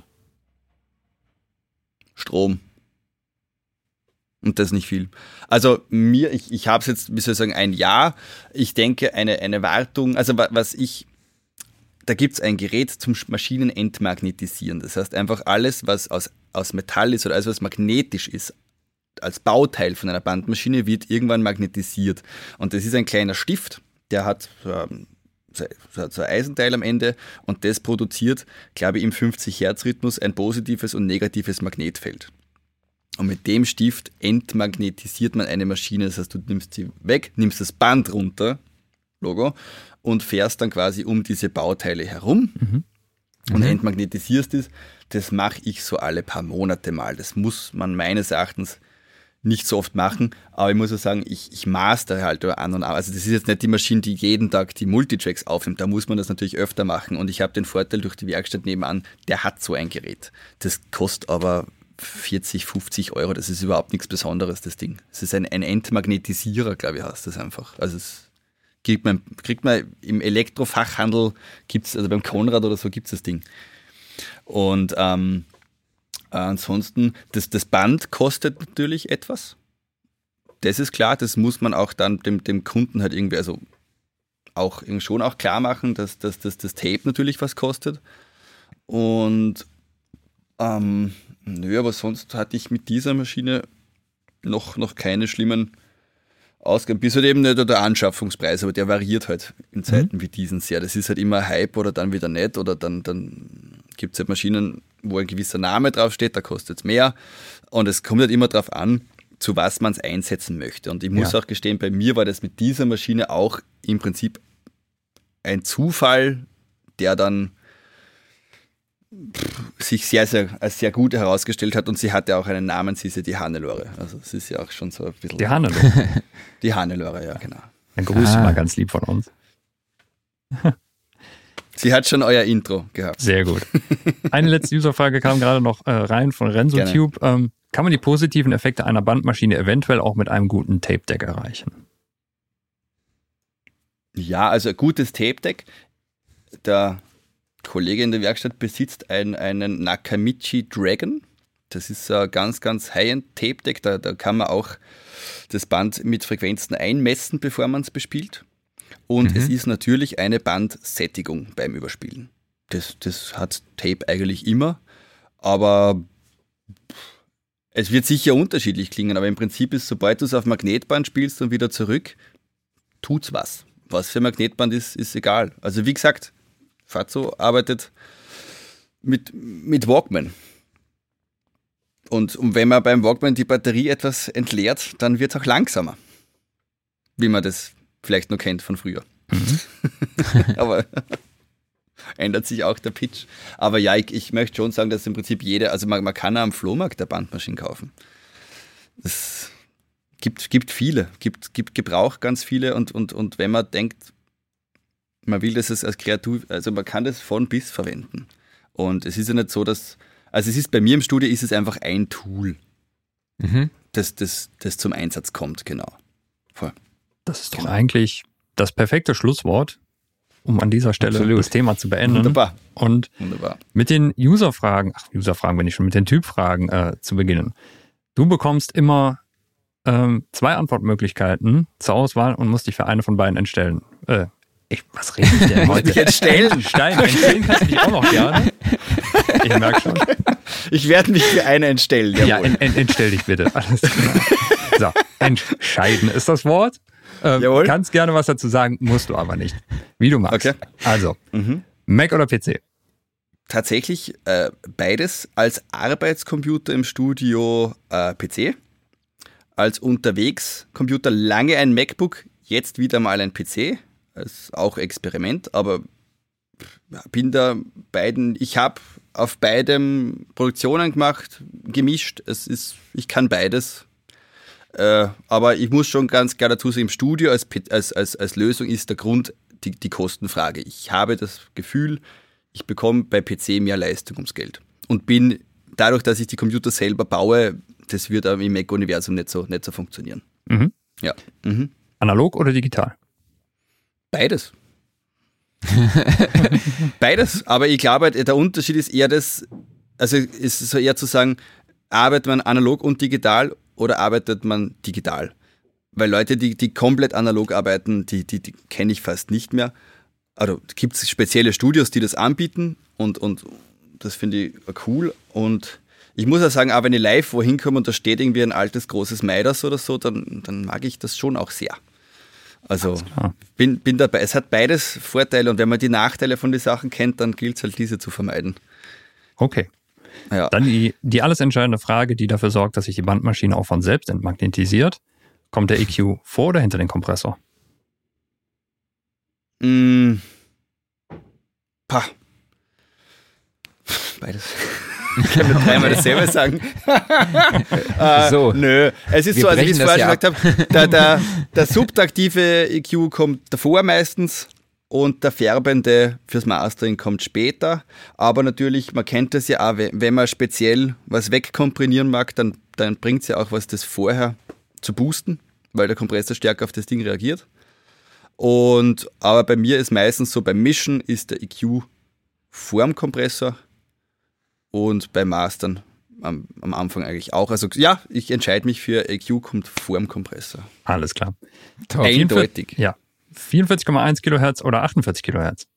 Strom. Und das ist nicht viel. Also mir, ich, ich habe es jetzt, wie soll ich sagen, ein Jahr. Ich denke, eine, eine Wartung, also was ich, da gibt es ein Gerät zum Maschinen entmagnetisieren. Das heißt einfach alles, was aus, aus Metall ist oder alles, was magnetisch ist, als Bauteil von einer Bandmaschine, wird irgendwann magnetisiert. Und das ist ein kleiner Stift, der hat ähm, so, so ein Eisenteil am Ende und das produziert, glaube ich, im fünfzig Hertz Rhythmus ein positives und negatives Magnetfeld. Und mit dem Stift entmagnetisiert man eine Maschine. Das heißt, du nimmst sie weg, nimmst das Band runter, Logo, und fährst dann quasi um diese Bauteile herum mhm. und mhm. entmagnetisierst es. Das mache ich so alle paar Monate mal. Das muss man meines Erachtens nicht so oft machen, aber ich muss auch sagen, ich, ich master halt an und an. Also das ist jetzt nicht die Maschine, die jeden Tag die Multitracks aufnimmt. Da muss man das natürlich öfter machen. Und ich habe den Vorteil durch die Werkstatt nebenan, der hat so ein Gerät. Das kostet aber vierzig, fünfzig Euro, das ist überhaupt nichts Besonderes, das Ding. Es ist ein, ein Entmagnetisierer, glaube ich, heißt das einfach. Also es kriegt man, kriegt man im Elektrofachhandel, gibt's, also beim Konrad oder so gibt es das Ding. Und ähm, ansonsten, das, das Band kostet natürlich etwas. Das ist klar, das muss man auch dann dem, dem Kunden halt irgendwie, also auch schon auch klar machen, dass, dass, dass das Tape natürlich was kostet. Und ähm, nö, aber sonst hatte ich mit dieser Maschine noch, noch keine schlimmen Ausgaben. Bis halt eben nicht der Anschaffungspreis, aber der variiert halt in Zeiten mhm. wie diesen sehr. Das ist halt immer Hype oder dann wieder nicht oder dann, dann gibt es halt Maschinen, wo ein gewisser Name draufsteht, da kostet es mehr. Und es kommt halt immer darauf an, zu was man es einsetzen möchte. Und ich muss ja. auch gestehen, bei mir war das mit dieser Maschine auch im Prinzip ein Zufall, der dann sich sehr, sehr, als sehr gut herausgestellt hat und sie hatte auch einen Namen, sie ist ja die Hannelore. Also es ist ja auch schon so ein bisschen... Die Hannelore? Die Hannelore, ja, genau. Dann grüße ah. mal ganz lieb von uns. Sie hat schon euer Intro gehabt. Sehr gut. Eine letzte Userfrage kam gerade noch äh, rein von RenzoTube. Ähm, kann man die positiven Effekte einer Bandmaschine eventuell auch mit einem guten Tape-Deck erreichen? Ja, also ein gutes Tape-Deck, der Kollege in der Werkstatt besitzt ein, einen Nakamichi Dragon. Das ist ein ganz, ganz High-End-Tape-Deck. Da, da kann man auch das Band mit Frequenzen einmessen, bevor man es bespielt. Und mhm. es ist natürlich eine Bandsättigung beim Überspielen. Das, das hat Tape eigentlich immer, aber es wird sicher unterschiedlich klingen. Aber im Prinzip ist, sobald du es auf Magnetband spielst und wieder zurück, tut's was. Was für Magnetband ist, ist egal. Also wie gesagt, Fatso arbeitet mit, mit Walkman. Und, und wenn man beim Walkman die Batterie etwas entleert, dann wird es auch langsamer. Wie man das vielleicht noch kennt von früher. Mhm. Aber ändert sich auch der Pitch. Aber ja, ich, ich möchte schon sagen, dass im Prinzip jeder, also man, man kann am Flohmarkt der Bandmaschine kaufen. Es gibt, gibt viele, gibt, gibt Gebrauch ganz viele und, und, und wenn man denkt, man will das als Kreatur, also man kann das von bis verwenden. Und es ist ja nicht so, dass, also es ist bei mir im Studio ist es einfach ein Tool, mhm. das, das, das zum Einsatz kommt, genau. Voll. Das ist doch genau. eigentlich das perfekte Schlusswort, um an dieser Stelle Absolut. das Thema zu beenden. Wunderbar. Und Wunderbar. mit den User-Fragen, ach, User-Fragen bin ich schon, mit den Typ-Fragen äh, zu beginnen. Du bekommst immer ähm, zwei Antwortmöglichkeiten zur Auswahl und musst dich für eine von beiden entstellen. Äh, ich, was rede ich denn heute? Ich entstellen? Stein, entstellen kannst du dich auch noch gerne. Ich merke schon. Ich werde mich für eine entstellen. Jawohl. Ja, en, en, entstell dich bitte. Alles klar. So, entscheiden ist das Wort. Ähm, Jawohl. Kannst gerne was dazu sagen, musst du aber nicht. Wie du magst. Okay. Also, mhm. Mac oder P C? Tatsächlich äh, beides. Als Arbeitscomputer im Studio äh, P C. Als Unterwegscomputer lange ein MacBook, jetzt wieder mal ein P C. Das ist auch Experiment, aber bin da beiden, ich habe auf beidem Produktionen gemacht, gemischt. Es ist, ich kann beides. Äh, aber ich muss schon ganz klar dazu sagen, im Studio als, als, als, als Lösung ist der Grund die, die Kostenfrage. Ich habe das Gefühl, ich bekomme bei P C mehr Leistung ums Geld. Und bin, dadurch, dass ich die Computer selber baue, das wird aber im Mac-Universum nicht so, nicht so funktionieren. Mhm. Ja. Mhm. Analog oder digital? Beides. Beides, aber ich glaube, der Unterschied ist eher das, also ist so eher zu sagen, arbeitet man analog und digital oder arbeitet man digital? Weil Leute, die, die komplett analog arbeiten, die, die, die kenne ich fast nicht mehr. Also gibt es spezielle Studios, die das anbieten und, und das finde ich cool. Und ich muss auch sagen, auch wenn ich live wohin komme und da steht irgendwie ein altes, großes Midas oder so, dann, dann mag ich das schon auch sehr. Also bin, bin dabei. Es hat beides Vorteile und wenn man die Nachteile von den Sachen kennt, dann gilt es halt, diese zu vermeiden. Okay. Ja. Dann die, die alles entscheidende Frage, die dafür sorgt, dass sich die Bandmaschine auch von selbst entmagnetisiert. Kommt der E Q vor oder hinter den Kompressor? Mm. Pah. Beides. Ich kann mir dreimal dasselbe sagen. äh, so. Nö. Es ist Wir so, also wie ich es vorher ja gesagt habe, der, der, der subtraktive E Q kommt davor meistens und der färbende fürs Mastering kommt später. Aber natürlich, man kennt das ja auch, wenn man speziell was wegkomprimieren mag, dann, dann bringt es ja auch was, das vorher zu boosten, weil der Kompressor stärker auf das Ding reagiert. Und, aber bei mir ist meistens so, beim Mischen ist der E Q vorm Kompressor und beim Mastern am, am Anfang eigentlich auch. Also ja, ich entscheide mich für E Q kommt vorm Kompressor. Alles klar. Top. Eindeutig. Ja. vierundvierzig Komma eins Kilohertz oder achtundvierzig Kilohertz?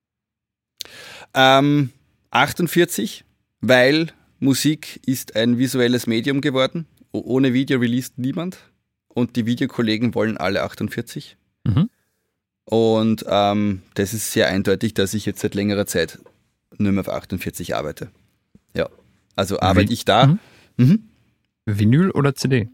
Ähm, achtundvierzig, weil Musik ist ein visuelles Medium geworden. Ohne Video released niemand. Und die Videokollegen wollen alle achtundvierzig. Mhm. Und ähm, das ist sehr eindeutig, dass ich jetzt seit längerer Zeit nur mehr auf achtundvierzig arbeite. Ja, also arbeite Wie? ich da. Mhm. Mhm. Vinyl oder C D?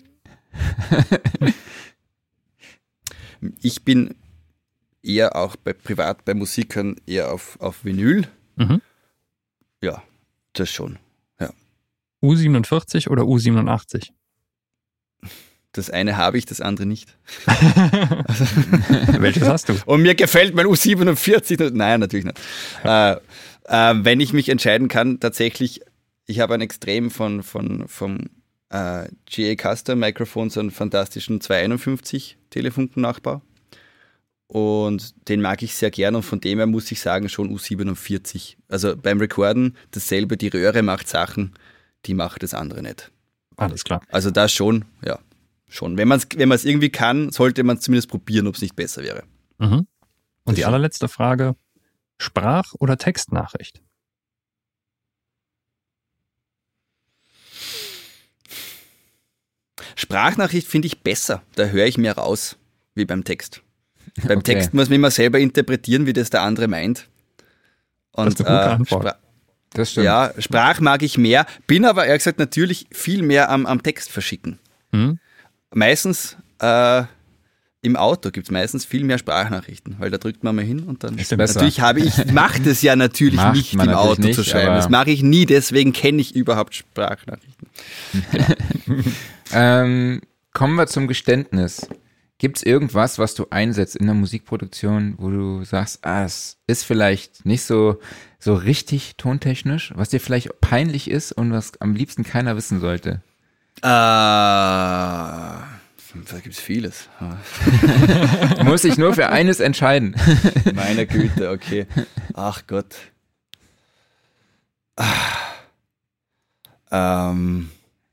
Ich bin eher auch bei privat, bei Musikern eher auf, auf Vinyl. Mhm. Ja, das schon. Ja. U siebenundvierzig oder U siebenundachtzig? Das eine habe ich, das andere nicht. Welches hast du? Und mir gefällt mein U siebenundvierzig. Nein, natürlich nicht. äh, äh, wenn ich mich entscheiden kann, tatsächlich, ich habe ein Extrem von, von vom äh, G A Custom Mikrofon, so einen fantastischen zweihunderteinundfünfzig Telefunken-Nachbau. Und den mag ich sehr gern und von dem her muss ich sagen, schon U siebenundvierzig. Also beim Recorden dasselbe, die Röhre macht Sachen, die macht das andere nicht. Alles klar. Also das schon, ja, schon. Wenn man es wenn man's irgendwie kann, sollte man zumindest probieren, ob es nicht besser wäre. Mhm. Und Das die schon. allerletzte Frage, Sprach- oder Textnachricht? Sprachnachricht finde ich besser, da höre ich mehr raus, wie beim Text. Beim Okay. Text muss man immer selber interpretieren, wie das der andere meint. Und, Das ist eine gute Antwort. Spra- Das stimmt. ja, Sprach mag ich mehr, bin aber ehrlich gesagt natürlich viel mehr am, am Text verschicken. Hm? Meistens äh, im Auto gibt es meistens viel mehr Sprachnachrichten, weil da drückt man mal hin und dann. Ist besser. Natürlich habe ich, mache das ja natürlich Macht nicht man im natürlich Auto nicht, zu schreiben. aber- Das mache ich nie, deswegen kenne ich überhaupt Sprachnachrichten. Ähm, kommen wir zum Geständnis. Gibt es irgendwas, was du einsetzt in der Musikproduktion, wo du sagst, ah, es ist vielleicht nicht so, so richtig tontechnisch, was dir vielleicht peinlich ist und was am liebsten keiner wissen sollte? Äh, da gibt es vieles. Muss ich nur für eines entscheiden. Meine Güte, okay. Ach Gott. Ah. Ähm.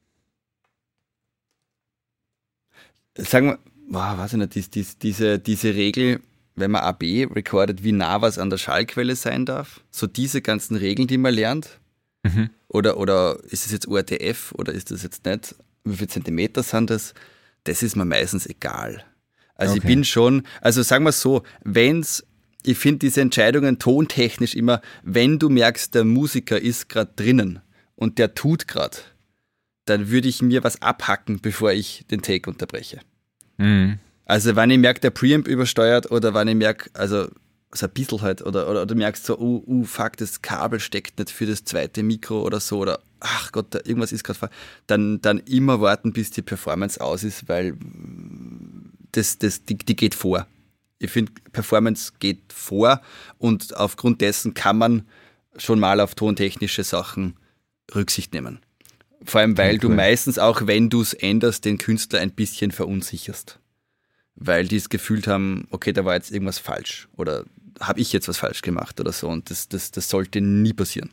Sagen wir, boah, weiß ich nicht, dies, dies, diese, diese Regel, wenn man A B recordet, wie nah was an der Schallquelle sein darf, so diese ganzen Regeln, die man lernt, Mhm. oder, oder ist es jetzt O R T F oder ist das jetzt nicht, wie viele Zentimeter sind das, das ist mir meistens egal. Also ich Okay. bin schon, also sagen wir es so, wenn's, ich finde diese Entscheidungen tontechnisch immer, wenn du merkst, der Musiker ist gerade drinnen und der tut gerade, dann würde ich mir was abhacken, bevor ich den Take unterbreche. Mhm. Also wenn ich merke, der Preamp übersteuert oder wenn ich merke, also so ein bisschen halt, oder, oder du merkst so, oh, oh, fuck, das Kabel steckt nicht für das zweite Mikro oder so, oder ach Gott, da, irgendwas ist gerade falsch, dann, dann immer warten, bis die Performance aus ist, weil das, das, die, die geht vor. Ich finde, Performance geht vor und aufgrund dessen kann man schon mal auf tontechnische Sachen Rücksicht nehmen. Vor allem, weil Ja, du cool. meistens auch, wenn du es änderst, den Künstler ein bisschen verunsicherst. Weil die es gefühlt haben, okay, da war jetzt irgendwas falsch oder habe ich jetzt was falsch gemacht oder so und das, das, das sollte nie passieren.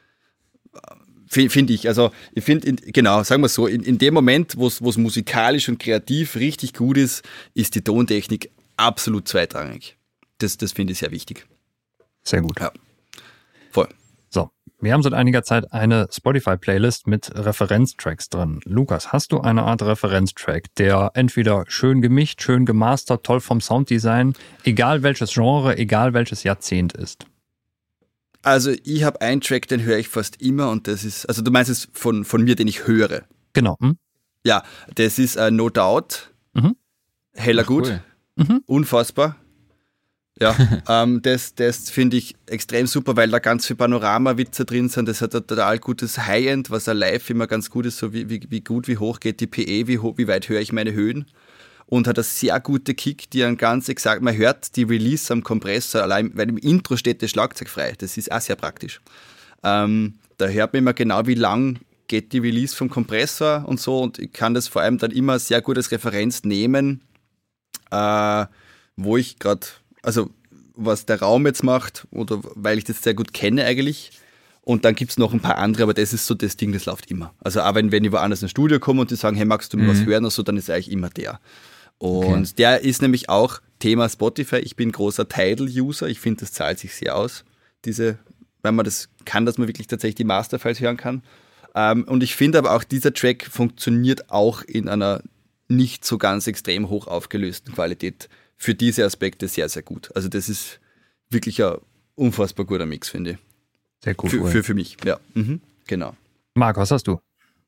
F- Finde ich. Also ich finde, genau, sagen wir so, in, in dem Moment, wo es musikalisch und kreativ richtig gut ist, ist die Tontechnik absolut zweitrangig. Das, das finde ich sehr wichtig. Sehr gut. Ja, voll. So, wir haben seit einiger Zeit eine Spotify-Playlist mit Referenztracks drin. Lukas, hast du eine Art Referenztrack, der entweder schön gemischt, schön gemastert, toll vom Sounddesign, egal welches Genre, egal welches Jahrzehnt ist? Also ich habe einen Track, den höre ich fast immer und das ist, also du meinst es von, von mir, den ich höre. Genau. Hm? Ja, das ist uh, No Doubt. Mhm. Heller Ach, gut. cool. Unfassbar. Ja, ähm, das, das finde ich extrem super, weil da ganz viele Panoramawitze drin sind. Das hat ein total gutes High-End, was auch live immer ganz gut ist, so wie, wie, wie gut, wie hoch geht die P E, wie, hoch, wie weit höre ich meine Höhen. Und hat eine sehr gute Kick, die einen ganz exakt, man hört die Release am Kompressor, allein, weil im Intro steht das Schlagzeug frei. Das ist auch sehr praktisch. Ähm, da hört man immer genau, wie lang geht die Release vom Kompressor und so. Und ich kann das vor allem dann immer sehr gut als Referenz nehmen, äh, wo ich gerade, also was der Raum jetzt macht, oder weil ich das sehr gut kenne eigentlich. Und dann gibt es noch ein paar andere, aber das ist so das Ding, das läuft immer. Also auch wenn, wenn ich woanders ins Studio komme und die sagen, hey, magst du mir Mhm. was hören oder so, dann ist eigentlich immer der. Und Okay. der ist nämlich auch Thema Spotify. Ich bin großer Tidal-User. Ich finde, das zahlt sich sehr aus, diese, wenn man das kann, dass man wirklich tatsächlich die Masterfiles hören kann. Ähm, und ich finde aber auch, dieser Track funktioniert auch in einer nicht so ganz extrem hoch aufgelösten Qualität für diese Aspekte sehr, sehr gut. Also das ist wirklich ein unfassbar guter Mix, finde ich. Sehr cool. Für, für, für mich, ja. Mhm. Genau. Marc, was hast du?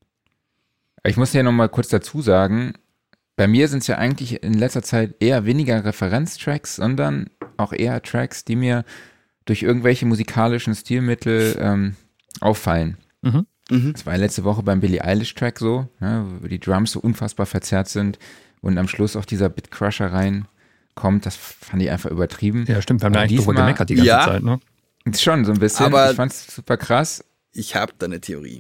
Ich muss ja noch mal kurz dazu sagen, bei mir sind es ja eigentlich in letzter Zeit eher weniger Referenztracks, sondern auch eher Tracks, die mir durch irgendwelche musikalischen Stilmittel ähm, auffallen. Mhm. Mhm. Das war letzte Woche beim Billie Eilish-Track so, ne, wo die Drums so unfassbar verzerrt sind und am Schluss auch dieser Bitcrusher reinkommt. Das fand ich einfach übertrieben. Ja, stimmt. Wir haben da Aber eigentlich drüber diesmal- gemeckert die ganze Ja. Zeit, ne? Schon so ein bisschen. Aber- ich fand's super krass. Ich habe da eine Theorie.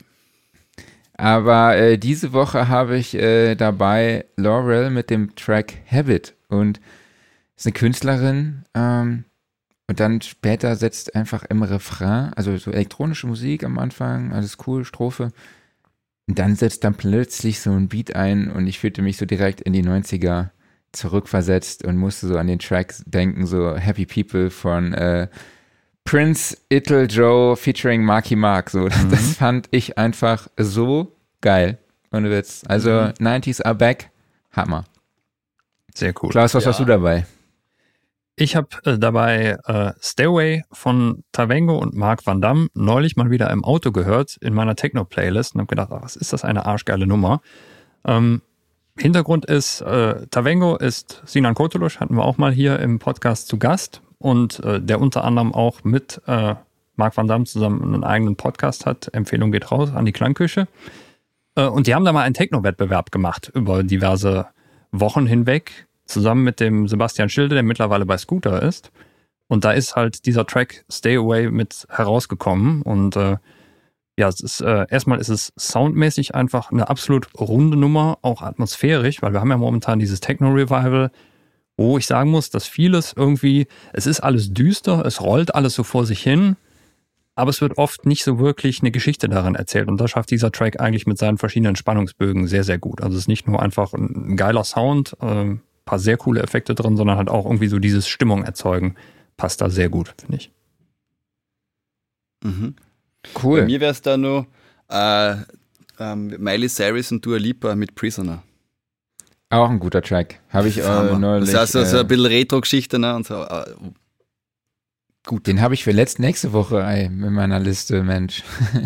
Aber äh, diese Woche habe ich äh, dabei Laurel mit dem Track Habit und ist eine Künstlerin, ähm, und dann später setzt einfach im Refrain, also so elektronische Musik am Anfang, alles cool, Strophe. Und dann setzt dann plötzlich so ein Beat ein und ich fühlte mich so direkt in die neunziger zurückversetzt und musste so an den Track denken, so Happy People von äh, Prince, Ittle Joe featuring Marky Mark. So, mhm. Das fand ich einfach so geil. Ohne Witz. Also mhm. nineties are back. Hammer. Sehr cool. Klaus, was ja. hast du dabei? Ich habe äh, dabei äh, Stairway von Tavengo und Mark Van Dam neulich mal wieder im Auto gehört in meiner Techno-Playlist und habe gedacht, ach, was ist das eine arschgeile Nummer. Ähm, Hintergrund ist, äh, Tavengo ist Sinan Kurtuluş, hatten wir auch mal hier im Podcast zu Gast und äh, der unter anderem auch mit äh, Mark Van Dam zusammen einen eigenen Podcast hat. Empfehlung geht raus an die Klangküche. Äh, und die haben da mal einen Techno-Wettbewerb gemacht über diverse Wochen hinweg, zusammen mit dem Sebastian Schilde, der mittlerweile bei Scooter ist. Und da ist halt dieser Track Stay Away mit herausgekommen. Und äh, ja, es ist äh, erstmal ist es soundmäßig einfach eine absolut runde Nummer, auch atmosphärisch, weil wir haben ja momentan dieses Techno-Revival, wo ich sagen muss, dass vieles irgendwie, es ist alles düster, es rollt alles so vor sich hin, aber es wird oft nicht so wirklich eine Geschichte darin erzählt. Und das schafft dieser Track eigentlich mit seinen verschiedenen Spannungsbögen sehr, sehr gut. Also es ist nicht nur einfach ein geiler Sound, äh, paar sehr coole Effekte drin, sondern halt auch irgendwie so dieses Stimmung erzeugen. Passt da sehr gut, finde ich. Mhm. Cool. Bei mir wäre es da nur äh, ähm, Miley Cyrus und Dua Lipa mit Prisoner. Auch ein guter Track. Habe ich äh, neulich. Das heißt, so, äh, so ein bisschen Retro-Geschichte, ne? Und so, äh, gut. Den habe ich für letzt, nächste Woche ey, in meiner Liste, Mensch.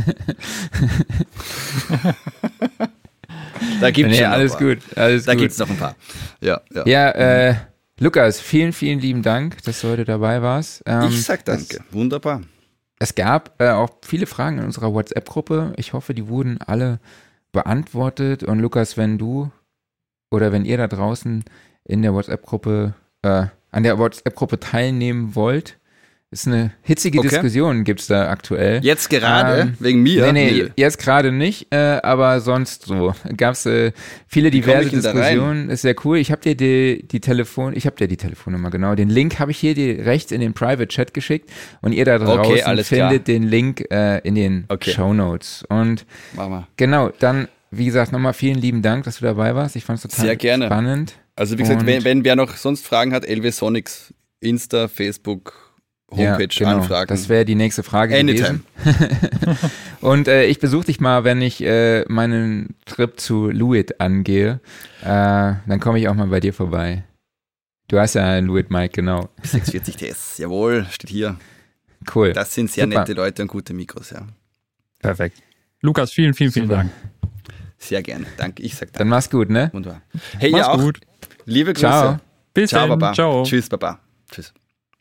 Da gibt es nee, alles gut, alles Da gut. gibt es noch ein paar. Ja, ja. ja äh, Lukas, vielen, vielen lieben Dank, dass du heute dabei warst. Ähm, ich sag danke. Das, Wunderbar. Es gab äh, auch viele Fragen in unserer WhatsApp-Gruppe. Ich hoffe, die wurden alle beantwortet. Und Lukas, wenn du oder wenn ihr da draußen in der WhatsApp-Gruppe, äh, an der WhatsApp-Gruppe teilnehmen wollt, ist eine hitzige okay. Diskussion, gibt's da aktuell. Jetzt gerade? Ähm, wegen mir? Nee, nee, nee. jetzt gerade nicht, äh, aber sonst so. Gab's äh, viele diverse Diskussionen. Ist sehr cool. Ich habe dir die, die Telefon, ich habe dir die Telefonnummer, genau. Den Link habe ich hier die, rechts in den Private Chat geschickt und ihr da draußen okay, alles findet klar. den Link äh, in den okay. Shownotes. Und Machen wir. genau, dann, wie gesagt, nochmal vielen lieben Dank, dass du dabei warst. Ich fand es total sehr gerne. spannend. Also wie gesagt, und wenn, wenn wer noch sonst Fragen hat, L W Sonics, Insta, Facebook, Homepage, ja, genau. Anfragen. Das wäre die nächste Frage Anytime. gewesen. Und äh, ich besuche dich mal, wenn ich äh, meinen Trip zu Luit angehe. Äh, dann komme ich auch mal bei dir vorbei. Du hast ja einen Luit Mic, genau. sechsundvierzig T S, jawohl, steht hier. Cool. Das sind sehr Super. nette Leute und gute Mikros, ja. Perfekt. Lukas, vielen, vielen, vielen Super. Dank. Sehr gerne. Danke, ich sag danke. Dann mach's gut, ne? Wunderbar. Hey, Mach's ja auch. gut. Liebe Grüße. Ciao. Bis Ciao, dann. Baba. Ciao. Tschüss, Baba. Tschüss.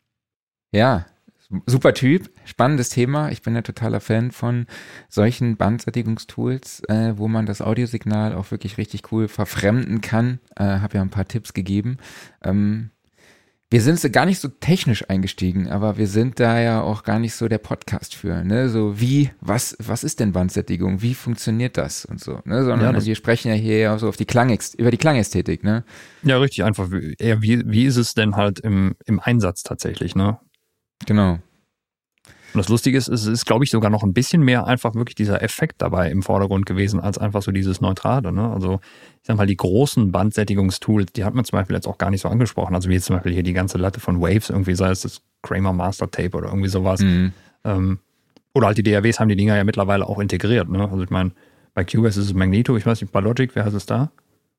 Ja, super Typ, spannendes Thema. Ich bin ja totaler Fan von solchen Bandsättigungstools, äh, wo man das Audiosignal auch wirklich richtig cool verfremden kann. Äh, habe ja ein paar Tipps gegeben. Ähm, wir sind so gar nicht so technisch eingestiegen, aber wir sind da ja auch gar nicht so der Podcast für. Ne? So wie, was, was ist denn Bandsättigung? Wie funktioniert das und so? Ne? Sondern Ja, wir sprechen ja hier ja so auf die Klangäst- über die Klangästhetik. Ne? Ja, richtig, einfach. wie- Eher, wie, wie ist es denn halt im, im Einsatz tatsächlich, ne? Genau. Und das Lustige ist, es ist, glaube ich, sogar noch ein bisschen mehr einfach wirklich dieser Effekt dabei im Vordergrund gewesen, als einfach so dieses Neutrale. Ne? Also ich sag mal, die großen Bandsättigungstools, die hat man zum Beispiel jetzt auch gar nicht so angesprochen. Also wie jetzt zum Beispiel hier die ganze Latte von Waves, irgendwie sei es das Kramer Master Tape oder irgendwie sowas. Mhm. Ähm, oder halt die D A Ws haben die Dinger ja mittlerweile auch integriert. Ne? Also ich meine, bei Cubase ist es Magneto, ich weiß nicht, bei Logic, wer hat es da?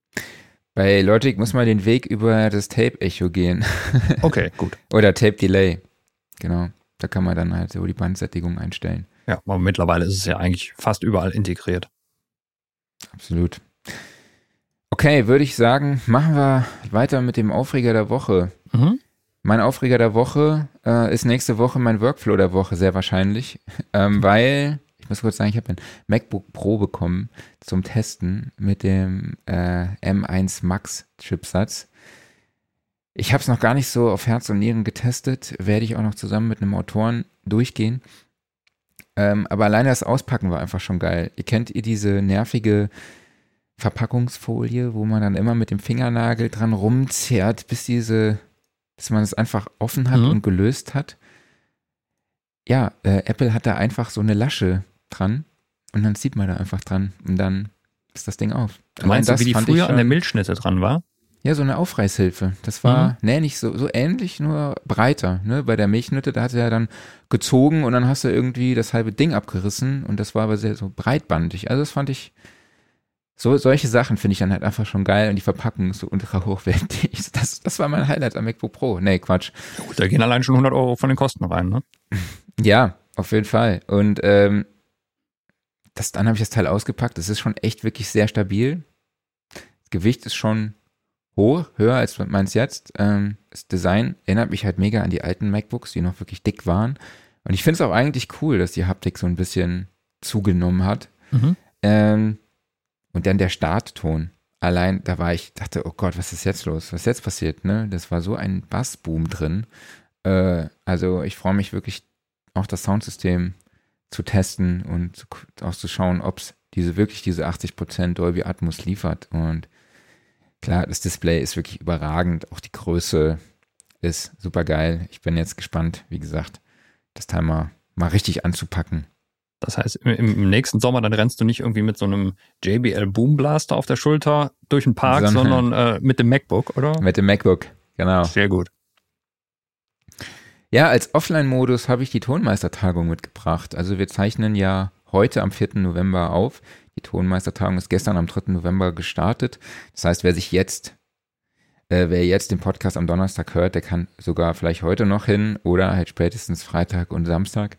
Bei Logic muss man den Weg über das Tape-Echo gehen. Okay, gut. Oder Tape-Delay. Genau. Da kann man dann halt so die Bandsättigung einstellen. Ja, aber mittlerweile ist es ja eigentlich fast überall integriert. Absolut. Okay, würde ich sagen, machen wir weiter mit dem Aufreger der Woche. Mhm. Mein Aufreger der Woche äh, ist nächste Woche mein Workflow der Woche, sehr wahrscheinlich. Ähm, weil, ich muss kurz sagen, ich habe ein MacBook Pro bekommen zum Testen mit dem äh, M eins Max Chipsatz. Ich habe es noch gar nicht so auf Herz und Nieren getestet, werde ich auch noch zusammen mit einem Autoren durchgehen. Ähm, aber alleine das Auspacken war einfach schon geil. Ihr kennt ihr diese nervige Verpackungsfolie, wo man dann immer mit dem Fingernagel dran rumzerrt, bis diese dass man es einfach offen hat Mhm. und gelöst hat. Ja, äh, Apple hat da einfach so eine Lasche dran und dann zieht man da einfach dran und dann ist das Ding auf. Du meinst du, Allein wie die fand ich früher an der schon- Milchschnitte dran war? Ja, so eine Aufreißhilfe. Das war, Mhm. nee, nicht so, so ähnlich, nur breiter. Ne? Bei der Milchnutte, da hat er ja dann gezogen und dann hast du irgendwie das halbe Ding abgerissen und das war aber sehr so breitbandig. Also das fand ich, so solche Sachen finde ich dann halt einfach schon geil und die Verpackung ist so ultra hochwertig. Das, das war mein Highlight am MacBook Pro. Nee, Quatsch. Ja, gut, da gehen allein schon hundert Euro von den Kosten rein, ne? Ja, auf jeden Fall. Und ähm, das, dann habe ich das Teil ausgepackt. Das ist schon echt wirklich sehr stabil. Das Gewicht ist schon hoch, höher als meins jetzt. Ähm, das Design erinnert mich halt mega an die alten MacBooks, die noch wirklich dick waren. Und ich finde es auch eigentlich cool, dass die Haptik so ein bisschen zugenommen hat. Mhm. Ähm, und dann der Startton. Allein, da war ich, dachte, oh Gott, was ist jetzt los? Was ist jetzt passiert? Ne? Das war so ein Bassboom drin. Äh, also ich freue mich wirklich, auch das Soundsystem zu testen und zu, auch zu schauen, ob es diese wirklich diese achtzig Prozent Dolby Atmos liefert. Und klar, das Display ist wirklich überragend. Auch die Größe ist super geil. Ich bin jetzt gespannt, wie gesagt, das Teil mal, mal richtig anzupacken. Das heißt, im, im nächsten Sommer, dann rennst du nicht irgendwie mit so einem J B L Boom Blaster auf der Schulter durch den Park, Sondern- sondern äh, mit dem MacBook, oder? Mit dem MacBook, genau. Sehr gut. Ja, als Offline-Modus habe ich die Tonmeistertagung mitgebracht. Also wir zeichnen ja heute am vierten November auf. Die Tonmeistertagung ist gestern am dritten November gestartet. Das heißt, wer sich jetzt, äh, wer jetzt den Podcast am Donnerstag hört, der kann sogar vielleicht heute noch hin oder halt spätestens Freitag und Samstag.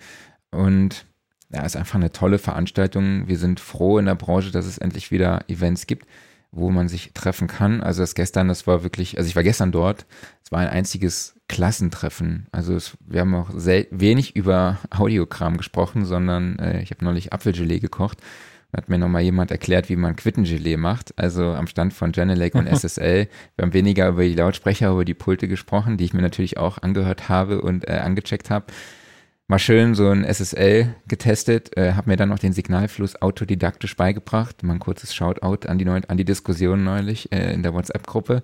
Und ja, ist einfach eine tolle Veranstaltung. Wir sind froh in der Branche, dass es endlich wieder Events gibt, wo man sich treffen kann. Also das gestern, das war wirklich, also ich war gestern dort, es war ein einziges Klassentreffen. Also es, wir haben auch sel- wenig über Audiokram gesprochen, sondern äh, ich habe neulich Apfelgelee gekocht. Da hat mir nochmal jemand erklärt, wie man Quittengelee macht. Also am Stand von Genelec und S S L. Wir haben weniger über die Lautsprecher, über die Pulte gesprochen, die ich mir natürlich auch angehört habe und äh, angecheckt habe. Mal schön so ein S S L getestet, äh, habe mir dann noch den Signalfluss autodidaktisch beigebracht. Mal ein kurzes Shoutout an die, Neu- an die Diskussion neulich äh, in der WhatsApp-Gruppe.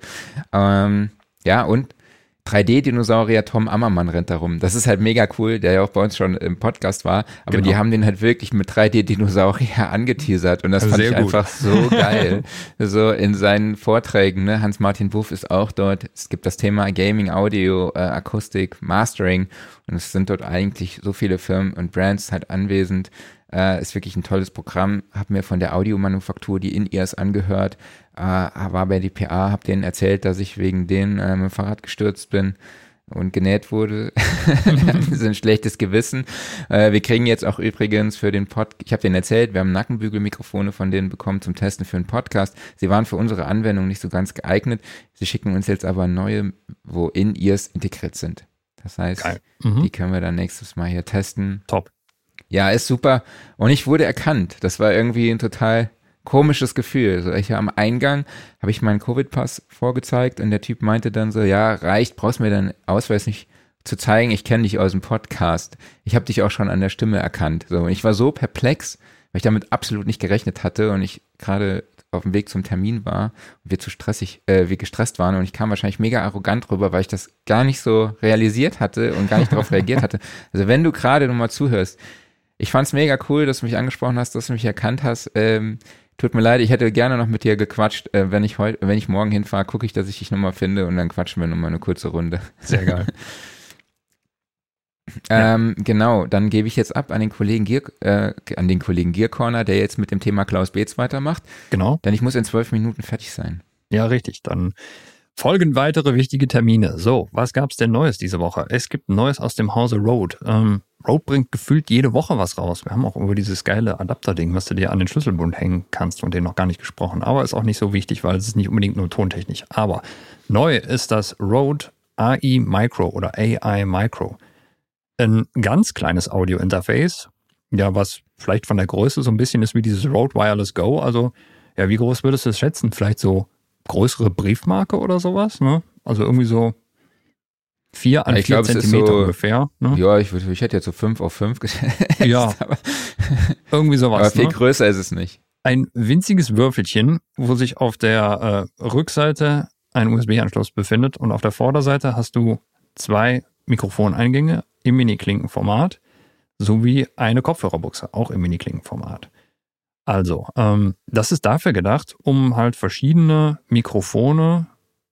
Ähm, ja, und drei D-Dinosaurier Tom Ammermann rennt da rum. Das ist halt mega cool, der ja auch bei uns schon im Podcast war. Aber Genau. die haben den halt wirklich mit drei D-Dinosaurier angeteasert. Und das fand Sehr ich gut. einfach so geil. So in seinen Vorträgen, ne? Hans-Martin Buff ist auch dort. Es gibt das Thema Gaming, Audio, äh, Akustik, Mastering. Und es sind dort eigentlich so viele Firmen und Brands halt anwesend. Äh, ist wirklich ein tolles Programm. Hab mir von der Audiomanufaktur die In-Ears angehört. Äh, war bei D P A, hab denen erzählt, dass ich wegen denen äh, mit dem Fahrrad gestürzt bin und genäht wurde. Das ist ein schlechtes Gewissen. Äh, wir kriegen jetzt auch übrigens für den Pod, ich habe denen erzählt, wir haben Nackenbügelmikrofone von denen bekommen zum Testen für einen Podcast. Sie waren für unsere Anwendung nicht so ganz geeignet. Sie schicken uns jetzt aber neue, wo In-Ears integriert sind. Das heißt, Geil. Mhm. die können wir dann nächstes Mal hier testen. Top. Ja, ist super. Und ich wurde erkannt. Das war irgendwie ein total komisches Gefühl. Also ich am Eingang habe ich meinen Covid-Pass vorgezeigt und der Typ meinte dann so, ja, reicht, brauchst mir deinen Ausweis nicht zu zeigen, ich kenne dich aus dem Podcast. Ich habe dich auch schon an der Stimme erkannt. So, und ich war so perplex, weil ich damit absolut nicht gerechnet hatte und ich gerade auf dem Weg zum Termin war und wir zu stressig, äh, wir gestresst waren und ich kam wahrscheinlich mega arrogant rüber, weil ich das gar nicht so realisiert hatte und gar nicht darauf reagiert hatte. Also wenn du gerade nochmal zuhörst, ich fand's mega cool, dass du mich angesprochen hast, dass du mich erkannt hast. Ähm, tut mir leid, ich hätte gerne noch mit dir gequatscht. Äh, wenn ich heute, wenn ich morgen hinfahre, gucke ich, dass ich dich nochmal finde und dann quatschen wir nochmal eine kurze Runde. Sehr geil. ähm, genau, dann gebe ich jetzt ab an den Kollegen Gear, äh, an den Kollegen Gear Corner, der jetzt mit dem Thema Klaus Beetz weitermacht. Genau. Denn ich muss in zwölf Minuten fertig sein. Ja, richtig. Dann folgen weitere wichtige Termine. So, was gab's denn Neues diese Woche? Es gibt Neues aus dem Hause Rode. Ähm, Rode bringt gefühlt jede Woche was raus. Wir haben auch über dieses geile Adapter-Ding, was du dir an den Schlüsselbund hängen kannst, von dem noch gar nicht gesprochen. Aber ist auch nicht so wichtig, weil es ist nicht unbedingt nur Tontechnik. Aber neu ist das Rode A I Micro oder A I Micro. Ein ganz kleines Audio-Interface, ja, was vielleicht von der Größe so ein bisschen ist wie dieses Rode Wireless Go. Also, ja, wie groß würdest du es schätzen? Vielleicht so größere Briefmarke oder sowas, ne? Also irgendwie so vier an Ich vier glaub, es ist Zentimeter so- ungefähr. Ne? Ja, ich, würd- ich hätte jetzt so fünf auf fünf gesetzt. Ja. aber, Irgendwie aber sowas. viel Ne? größer ist es nicht. Ein winziges Würfelchen, wo sich auf der äh, Rückseite ein U S B-Anschluss befindet und auf der Vorderseite hast du zwei Mikrofoneingänge im Mini-Klinkenformat sowie eine Kopfhörerbuchse, auch im Mini-Klinkenformat. Also, ähm, das ist dafür gedacht, um halt verschiedene Mikrofone,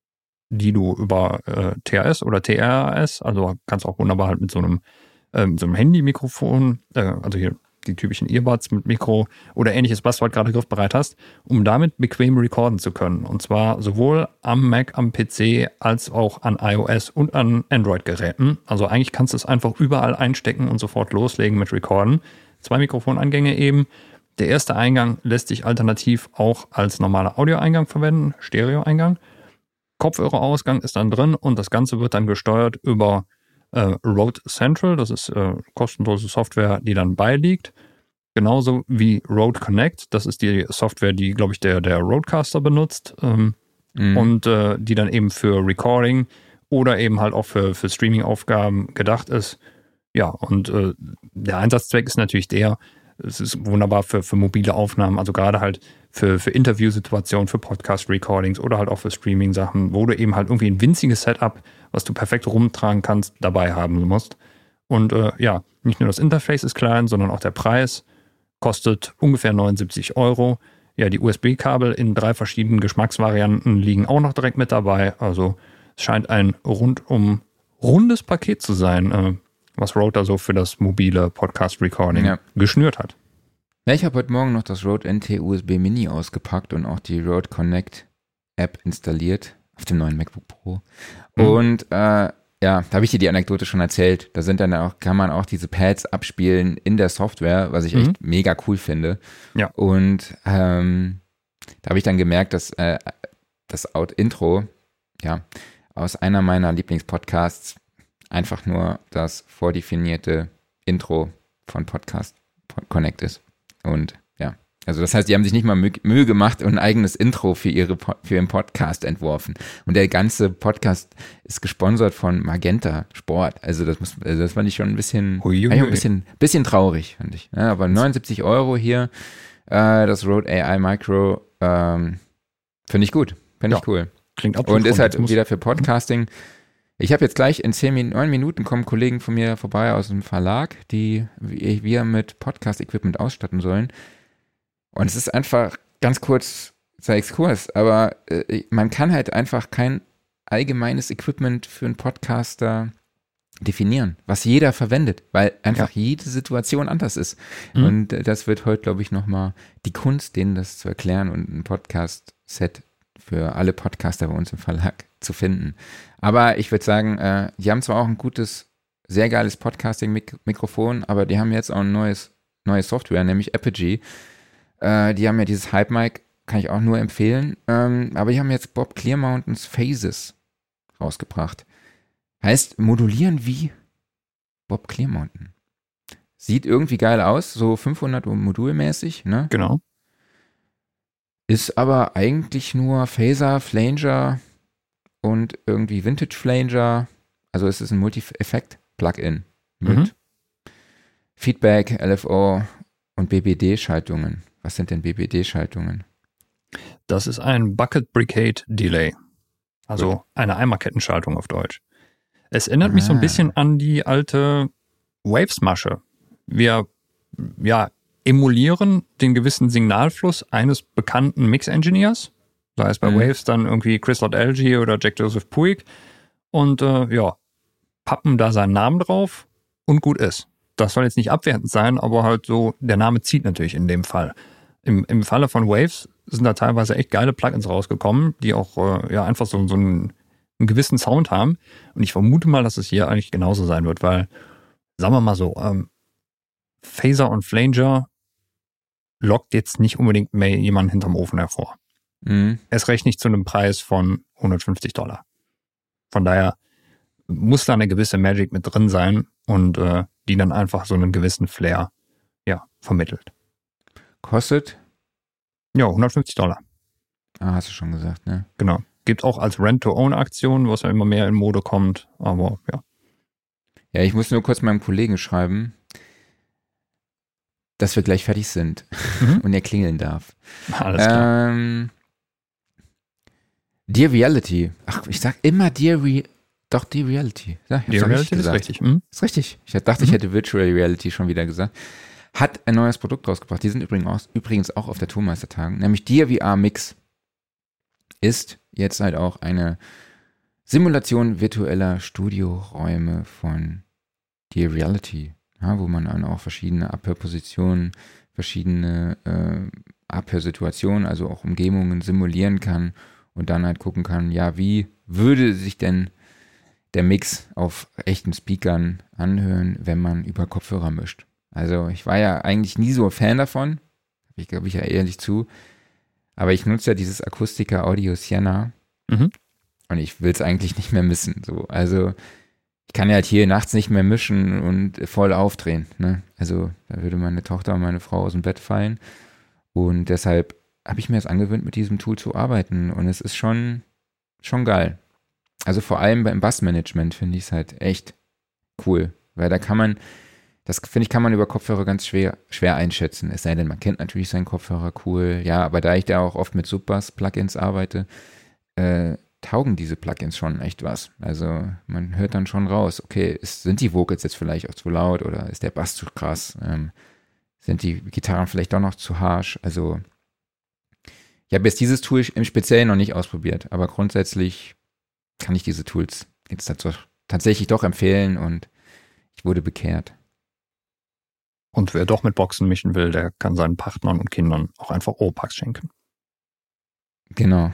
die du über äh, T A S oder T R A S, also kannst auch wunderbar halt mit so einem, äh, mit so einem Handy-Mikrofon, äh, also hier die typischen Earbuds mit Mikro oder ähnliches, was du halt gerade griffbereit hast, um damit bequem recorden zu können. Und zwar sowohl am Mac, am P C, als auch an iOS und an Android-Geräten. Also eigentlich kannst du es einfach überall einstecken und sofort loslegen mit Recorden. Zwei Mikrofoneingänge eben. Der erste Eingang lässt sich alternativ auch als normaler Audioeingang verwenden, Stereo-Eingang. Kopfhörerausgang ist dann drin und das Ganze wird dann gesteuert über äh, Rode Central. Das ist äh, kostenlose Software, die dann beiliegt. Genauso wie Rode Connect. Das ist die Software, die, glaube ich, der, der Rodecaster benutzt ähm, mhm. und äh, die dann eben für Recording oder eben halt auch für, für Streaming-Aufgaben gedacht ist. Ja, und äh, der Einsatzzweck ist natürlich der, es ist wunderbar für, für mobile Aufnahmen, also gerade halt für, für Interviewsituationen, für Podcast-Recordings oder halt auch für Streaming-Sachen, wo du eben halt irgendwie ein winziges Setup, was du perfekt rumtragen kannst, dabei haben musst. Und äh, ja, nicht nur das Interface ist klein, sondern auch der Preis kostet ungefähr neunundsiebzig Euro. Ja, die U S B-Kabel in drei verschiedenen Geschmacksvarianten liegen auch noch direkt mit dabei. Also es scheint ein rundum rundes Paket zu sein, äh, was Rode da so für das mobile Podcast-Recording ja. geschnürt hat. Ja, ich habe heute Morgen noch das Rode N T U S B Mini ausgepackt und auch die Rode Connect App installiert auf dem neuen MacBook Pro. Mhm. Und äh, ja, da habe ich dir die Anekdote schon erzählt. Da sind dann auch, kann man auch diese Pads abspielen in der Software, was ich mhm. echt mega cool finde. Ja. Und ähm, da habe ich dann gemerkt, dass äh, das Out-Intro, ja, aus einer meiner Lieblingspodcasts einfach nur das vordefinierte Intro von Podcast Connect ist. Und ja, also das heißt, die haben sich nicht mal Mühe gemacht und ein eigenes Intro für ihre für ihren Podcast entworfen. Und der ganze Podcast ist gesponsert von Magenta Sport. Also das muss, also das fand ich schon ein bisschen, ein bisschen, bisschen traurig, fand ich. Ja, aber neunundsiebzig Euro hier, äh, das Rode A I Micro, ähm, finde ich gut, finde ja, ich cool. Klingt absolut. Und ist halt wieder für Podcasting. Ich habe jetzt gleich in zehn, neun Minuten kommen Kollegen von mir vorbei aus dem Verlag, die wir mit Podcast-Equipment ausstatten sollen. Und es ist einfach ganz kurz zur Exkurs, aber äh, man kann halt einfach kein allgemeines Equipment für einen Podcaster definieren, was jeder verwendet, weil einfach ja. jede Situation anders ist. Mhm. Und äh, das wird heute, glaube ich, nochmal die Kunst, denen das zu erklären und ein Podcast-Set für alle Podcaster bei uns im Verlag zu finden. Aber ich würde sagen, äh, die haben zwar auch ein gutes, sehr geiles Podcasting-Mikrofon, aber die haben jetzt auch ein neues, neue Software, nämlich Apogee. Äh, die haben ja dieses Hype-Mic, kann ich auch nur empfehlen. Ähm, aber die haben jetzt Bob Clear Mountains Phases rausgebracht. Heißt, modulieren wie Bob Clear Mountain. Sieht irgendwie geil aus, so fünfhundert modulmäßig, ne? Genau. Ist aber eigentlich nur Phaser, Flanger und irgendwie Vintage Flanger. Also es ist ein Multi-Effekt-Plugin mit mhm. Feedback, L F O und B B D-Schaltungen. Was sind denn B B D-Schaltungen? Das ist ein Bucket Brigade Delay. Also Gut. eine Eimerkettenschaltung auf Deutsch. Es erinnert ah. mich so ein bisschen an die alte Waves-Masche. Wir, ja, emulieren den gewissen Signalfluss eines bekannten Mix-Engineers, sei es bei mhm. Waves dann irgendwie Chris Lord-Alge oder Jack Joseph Puig und äh, ja, pappen da seinen Namen drauf und gut ist. Das soll jetzt nicht abwertend sein, aber halt so, der Name zieht natürlich in dem Fall. Im, im Falle von Waves sind da teilweise echt geile Plugins rausgekommen, die auch äh, ja einfach so, so einen, einen gewissen Sound haben und ich vermute mal, dass es hier eigentlich genauso sein wird, weil, sagen wir mal so, ähm, Phaser und Flanger lockt jetzt nicht unbedingt mehr jemanden hinterm Ofen hervor. Mhm. Es reicht nicht zu einem Preis von hundertfünfzig Dollar. Von daher muss da eine gewisse Magic mit drin sein und äh, die dann einfach so einen gewissen Flair ja, vermittelt. Kostet? Ja, hundertfünfzig Dollar. Ah, hast du schon gesagt, ne? Genau. Gibt auch als Rent-to-Own-Aktion, was ja immer mehr in Mode kommt, aber ja. Ja, ich muss nur kurz meinem Kollegen schreiben, dass wir gleich fertig sind mhm. und er klingeln darf. Alles klar. Ähm, Dear Reality. Ach, ich sag immer Dear Re... Doch, Dear Reality. Ja, ich Dear Reality ist richtig. Hm? Ist richtig. Ich dachte, mhm. ich hätte Virtual Reality schon wieder gesagt. Hat ein neues Produkt rausgebracht. Die sind übrigens, übrigens auch auf der Tourmeistertagen. Nämlich Dear V R Mix. Ist jetzt halt auch eine Simulation virtueller Studioräume von Dear Reality. Ja, wo man dann auch verschiedene Abhörpositionen, verschiedene äh, Abhörsituationen, also auch Umgebungen simulieren kann und dann halt gucken kann, ja, wie würde sich denn der Mix auf echten Speakern anhören, wenn man über Kopfhörer mischt. Also ich war ja eigentlich nie so Fan davon, ich glaube ich ja ehrlich zu, aber ich nutze ja dieses Akustica Audio Sienna mhm. und ich will es eigentlich nicht mehr missen. So. Also ich kann ja halt hier nachts nicht mehr mischen und voll aufdrehen. Ne? Also da würde meine Tochter und meine Frau aus dem Bett fallen und deshalb habe ich mir jetzt angewöhnt, mit diesem Tool zu arbeiten und es ist schon, schon geil. Also vor allem beim Bassmanagement finde ich es halt echt cool, weil da kann man, das finde ich, kann man über Kopfhörer ganz schwer, schwer einschätzen. Es sei denn, man kennt natürlich seinen Kopfhörer cool, ja, aber da ich da auch oft mit Subbass-Plugins arbeite, äh, taugen diese Plugins schon echt was. Also man hört dann schon raus, okay, ist, sind die Vocals jetzt vielleicht auch zu laut oder ist der Bass zu krass? Ähm, sind die Gitarren vielleicht doch noch zu harsh? Also ich habe jetzt dieses Tool im Speziellen noch nicht ausprobiert, aber grundsätzlich kann ich diese Tools jetzt dazu tatsächlich doch empfehlen und ich wurde bekehrt. Und wer doch mit Boxen mischen will, der kann seinen Partnern und Kindern auch einfach Oropax schenken. Genau.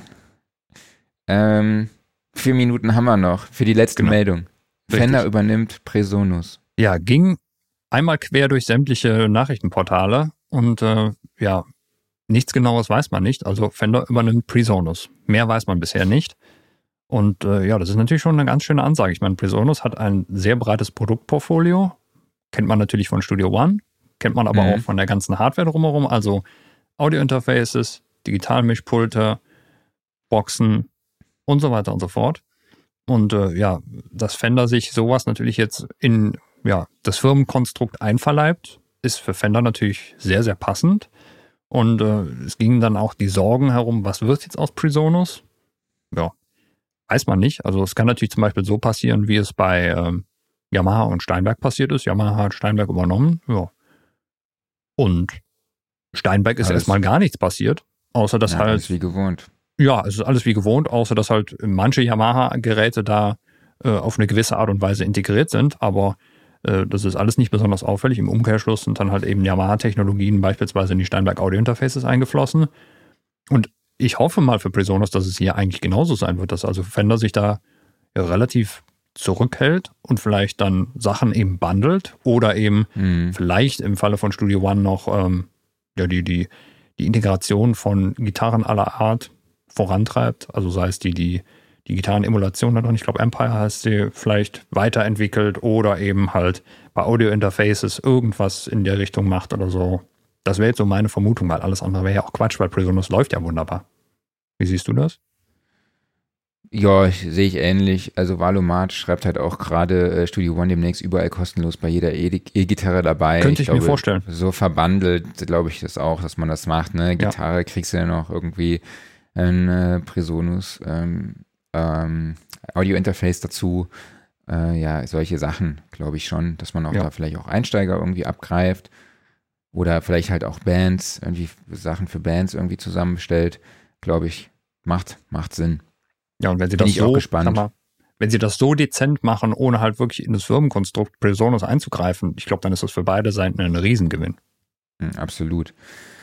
Ähm, vier Minuten haben wir noch für die letzte genau. Meldung. Richtig. Fender übernimmt Presonus. Ja, ging einmal quer durch sämtliche Nachrichtenportale und äh, ja, nichts Genaues weiß man nicht. Also Fender übernimmt Presonus. Mehr weiß man bisher nicht. Und äh, ja, das ist natürlich schon eine ganz schöne Ansage. Ich meine, Presonus hat ein sehr breites Produktportfolio. Kennt man natürlich von Studio One, kennt man aber mhm. auch von der ganzen Hardware drumherum. Also Audio-Interfaces, Digitalmischpulte, Boxen und so weiter und so fort. Und äh, ja, dass Fender sich sowas natürlich jetzt in ja, das Firmenkonstrukt einverleibt, ist für Fender natürlich sehr, sehr passend. Und äh, es gingen dann auch die Sorgen herum, was wird jetzt aus Presonus? Ja, weiß man nicht. Also es kann natürlich zum Beispiel so passieren, wie es bei ähm, Yamaha und Steinberg passiert ist. Yamaha hat Steinberg übernommen. Ja. Und Steinberg ist alles erstmal gar nichts passiert, außer dass ja, halt... Alles wie gewohnt. Ja, es ist alles wie gewohnt, außer dass halt manche Yamaha-Geräte da äh, auf eine gewisse Art und Weise integriert sind. Aber äh, das ist alles nicht besonders auffällig. Im Umkehrschluss sind dann halt eben Yamaha-Technologien beispielsweise in die Steinberg Audio-Interfaces eingeflossen. Und ich hoffe mal für Presonus, dass es hier eigentlich genauso sein wird, dass also Fender sich da ja relativ zurückhält und vielleicht dann Sachen eben bundelt oder eben mhm. vielleicht im Falle von Studio One noch ähm, ja, die, die, die Integration von Gitarren aller Art vorantreibt. Also sei es die, die die Gitarrenemulation hat und ich glaube Empire heißt sie, vielleicht weiterentwickelt oder eben halt bei Audio-Interfaces irgendwas in der Richtung macht oder so. Das wäre jetzt so meine Vermutung, weil alles andere wäre ja auch Quatsch, weil Presonus läuft ja wunderbar. Wie siehst du das? Ja, sehe ich ähnlich. Also Valomat schreibt halt auch gerade äh, Studio One demnächst überall kostenlos bei jeder E- E-Gitarre dabei. Könnte ich, ich glaube, mir vorstellen. So verbandelt, glaube ich das auch, dass man das macht. Ne? Gitarre ja. kriegst du ja noch irgendwie ein äh, Presonus ähm, ähm, Audio-Interface dazu. Äh, ja, solche Sachen, glaube ich schon, dass man auch ja. da vielleicht auch Einsteiger irgendwie abgreift oder vielleicht halt auch Bands, irgendwie Sachen für Bands irgendwie zusammenstellt. Glaube ich, macht, macht Sinn. Ja, und wenn sie Bin das ich so, auch gespannt. mal, wenn sie das so dezent machen, ohne halt wirklich in das Firmenkonstrukt Presonus einzugreifen, ich glaube, dann ist das für beide Seiten ein Riesengewinn. Mhm, absolut.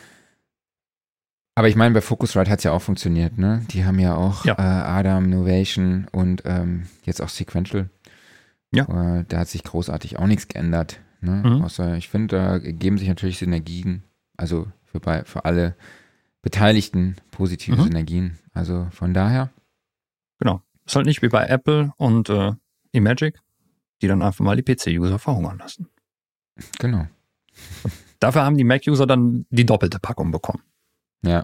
Aber ich meine, bei Focusrite hat es ja auch funktioniert, ne? Die haben ja auch ja. Äh, Adam, Novation und ähm, jetzt auch Sequential. Ja. Äh, da hat sich großartig auch nichts geändert. Ne? Mhm. Außer, ich finde, da geben sich natürlich Synergien, also für, bei, für alle Beteiligten positive mhm. Synergien. Also von daher. Genau. Ist halt nicht wie bei Apple und äh, eMagic, die dann einfach mal die P C-User verhungern lassen. Genau. Dafür haben die Mac-User dann die doppelte Packung bekommen. Ja.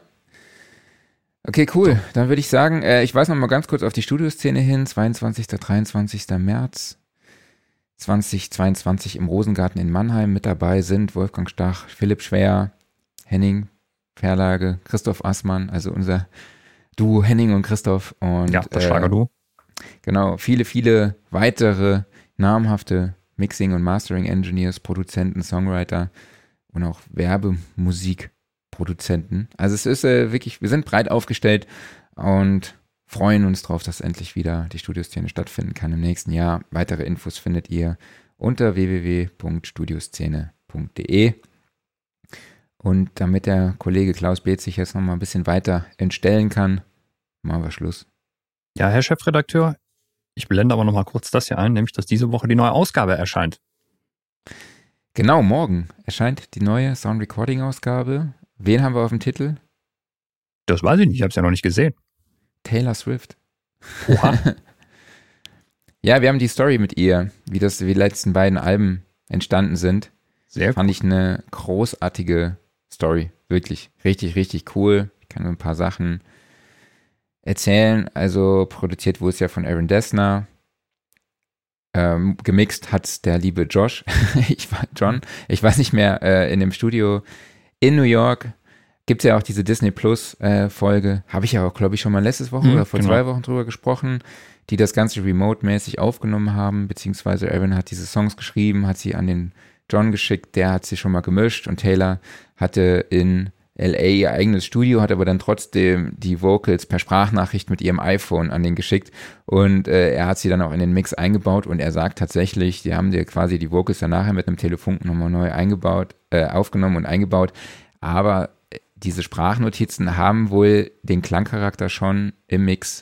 Okay, cool. So. Dann würde ich sagen, äh, ich weise noch mal ganz kurz auf die Studioszene hin. zweiundzwanzigster, dreiundzwanzigster März zweitausendzweiundzwanzig im Rosengarten in Mannheim. Mit dabei sind Wolfgang Stach, Philipp Schwer, Henning Verlage, Christoph Assmann, also unser du, Henning und Christoph. Und, ja, das Schlager-Du. Äh, genau, viele, viele weitere namhafte Mixing- und Mastering-Engineers, Produzenten, Songwriter und auch Werbemusikproduzenten. Also es ist äh, wirklich, wir sind breit aufgestellt und freuen uns drauf, dass endlich wieder die Studioszene stattfinden kann im nächsten Jahr. Weitere Infos findet ihr unter w w w punkt studioszene punkt d e. Und damit der Kollege Klaus Beetz sich jetzt noch mal ein bisschen weiter entstellen kann, machen wir Schluss. Ja, Herr Chefredakteur, ich blende aber noch mal kurz das hier ein, nämlich, dass diese Woche die neue Ausgabe erscheint. Genau, morgen erscheint die neue Sound Recording Ausgabe. Wen haben wir auf dem Titel? Das weiß ich nicht, ich habe es ja noch nicht gesehen. Taylor Swift. Oha. Ja, wir haben die Story mit ihr, wie das wie die letzten beiden Alben entstanden sind. Sehr Fand ich eine großartige Story. Wirklich, richtig, richtig cool. Ich kann nur ein paar Sachen erzählen. Also produziert wurde es ja von Aaron Dessner. Ähm, gemixt hat der liebe Josh, ich war John, ich weiß nicht mehr, äh, in dem Studio in New York. Gibt es ja auch diese Disney Plus äh, Folge, habe ich ja auch, glaube ich, schon mal letztes Woche hm, oder vor genau. zwei Wochen drüber gesprochen, die das Ganze remote-mäßig aufgenommen haben, beziehungsweise Aaron hat diese Songs geschrieben, hat sie an den John geschickt, der hat sie schon mal gemischt und Taylor hatte in L A ihr eigenes Studio, hat aber dann trotzdem die Vocals per Sprachnachricht mit ihrem iPhone an den geschickt und äh, er hat sie dann auch in den Mix eingebaut und er sagt tatsächlich, die haben dir quasi die Vocals dann nachher mit einem Telefunk nochmal neu eingebaut, äh, aufgenommen und eingebaut, aber diese Sprachnotizen haben wohl den Klangcharakter schon im Mix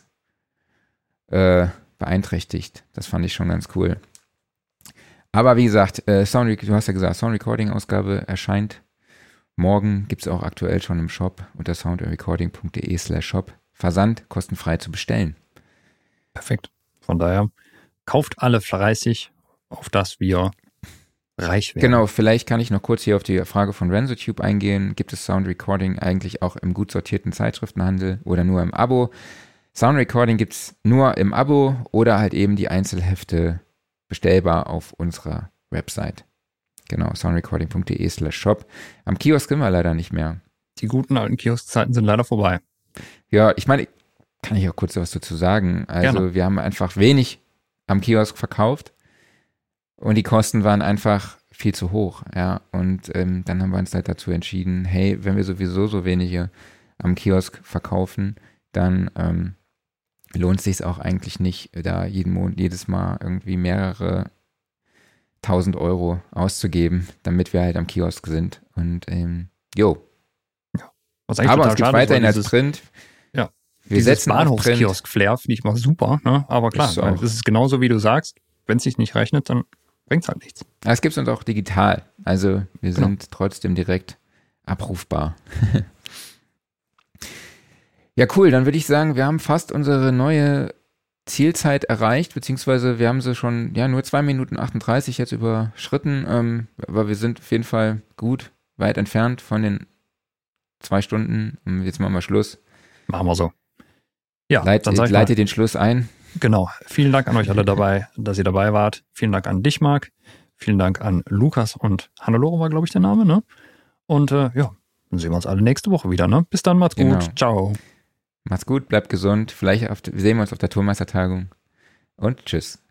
äh, beeinträchtigt. Das fand ich schon ganz cool. Aber wie gesagt, äh, Sound, du hast ja gesagt, Sound Recording Ausgabe erscheint morgen, gibt es auch aktuell schon im Shop unter soundrecording punkt d e slash shop. Versand kostenfrei zu bestellen. Perfekt. Von daher kauft alle fleißig, auf das wir reich werden. Genau, vielleicht kann ich noch kurz hier auf die Frage von RenzoTube eingehen. Gibt es Sound Recording eigentlich auch im gut sortierten Zeitschriftenhandel oder nur im Abo? Sound Recording gibt es nur im Abo oder halt eben die Einzelhefte bestellbar auf unserer Website. Genau, soundrecording punkt d e slash shop. Am Kiosk sind wir leider nicht mehr. Die guten alten Kioskzeiten sind leider vorbei. Ja, ich meine, kann ich auch kurz was dazu sagen. Also Gerne. Wir haben einfach wenig am Kiosk verkauft und die Kosten waren einfach viel zu hoch. Ja, und ähm, dann haben wir uns halt dazu entschieden, hey, wenn wir sowieso so wenige am Kiosk verkaufen, dann ähm, lohnt es sich auch eigentlich nicht, da jeden Monat, jedes Mal irgendwie mehrere tausend Euro auszugeben, damit wir halt am Kiosk sind. Und ähm, jo. Ja. Aber es gibt weiterhin als Print. Ja. Wir setzen Bahnhofskiosk-Flair finde ich mal super, ne? Aber klar, ist es ist genauso wie du sagst, wenn es sich nicht rechnet, dann bringt es halt nichts. Es gibt uns auch digital. Also wir genau. sind trotzdem direkt abrufbar. Ja, cool. Dann würde ich sagen, wir haben fast unsere neue Zielzeit erreicht, beziehungsweise wir haben sie schon, ja, nur zwei Minuten achtunddreißig jetzt überschritten, ähm, aber wir sind auf jeden Fall gut weit entfernt von den zwei Stunden. Und jetzt machen wir Schluss. Machen wir so. Ja, Leit, dann sag ich leite mal, den Schluss ein. Genau. Vielen Dank an euch alle dabei, dass ihr dabei wart. Vielen Dank an dich, Marc. Vielen Dank an Lukas und Hannelore war, glaube ich, der Name, ne? Und äh, ja, dann sehen wir uns alle nächste Woche wieder, ne? Bis dann, macht's Genau. gut. Ciao. Macht's gut, bleibt gesund. Vielleicht auf, sehen wir uns auf der Tourmeistertagung. Und tschüss.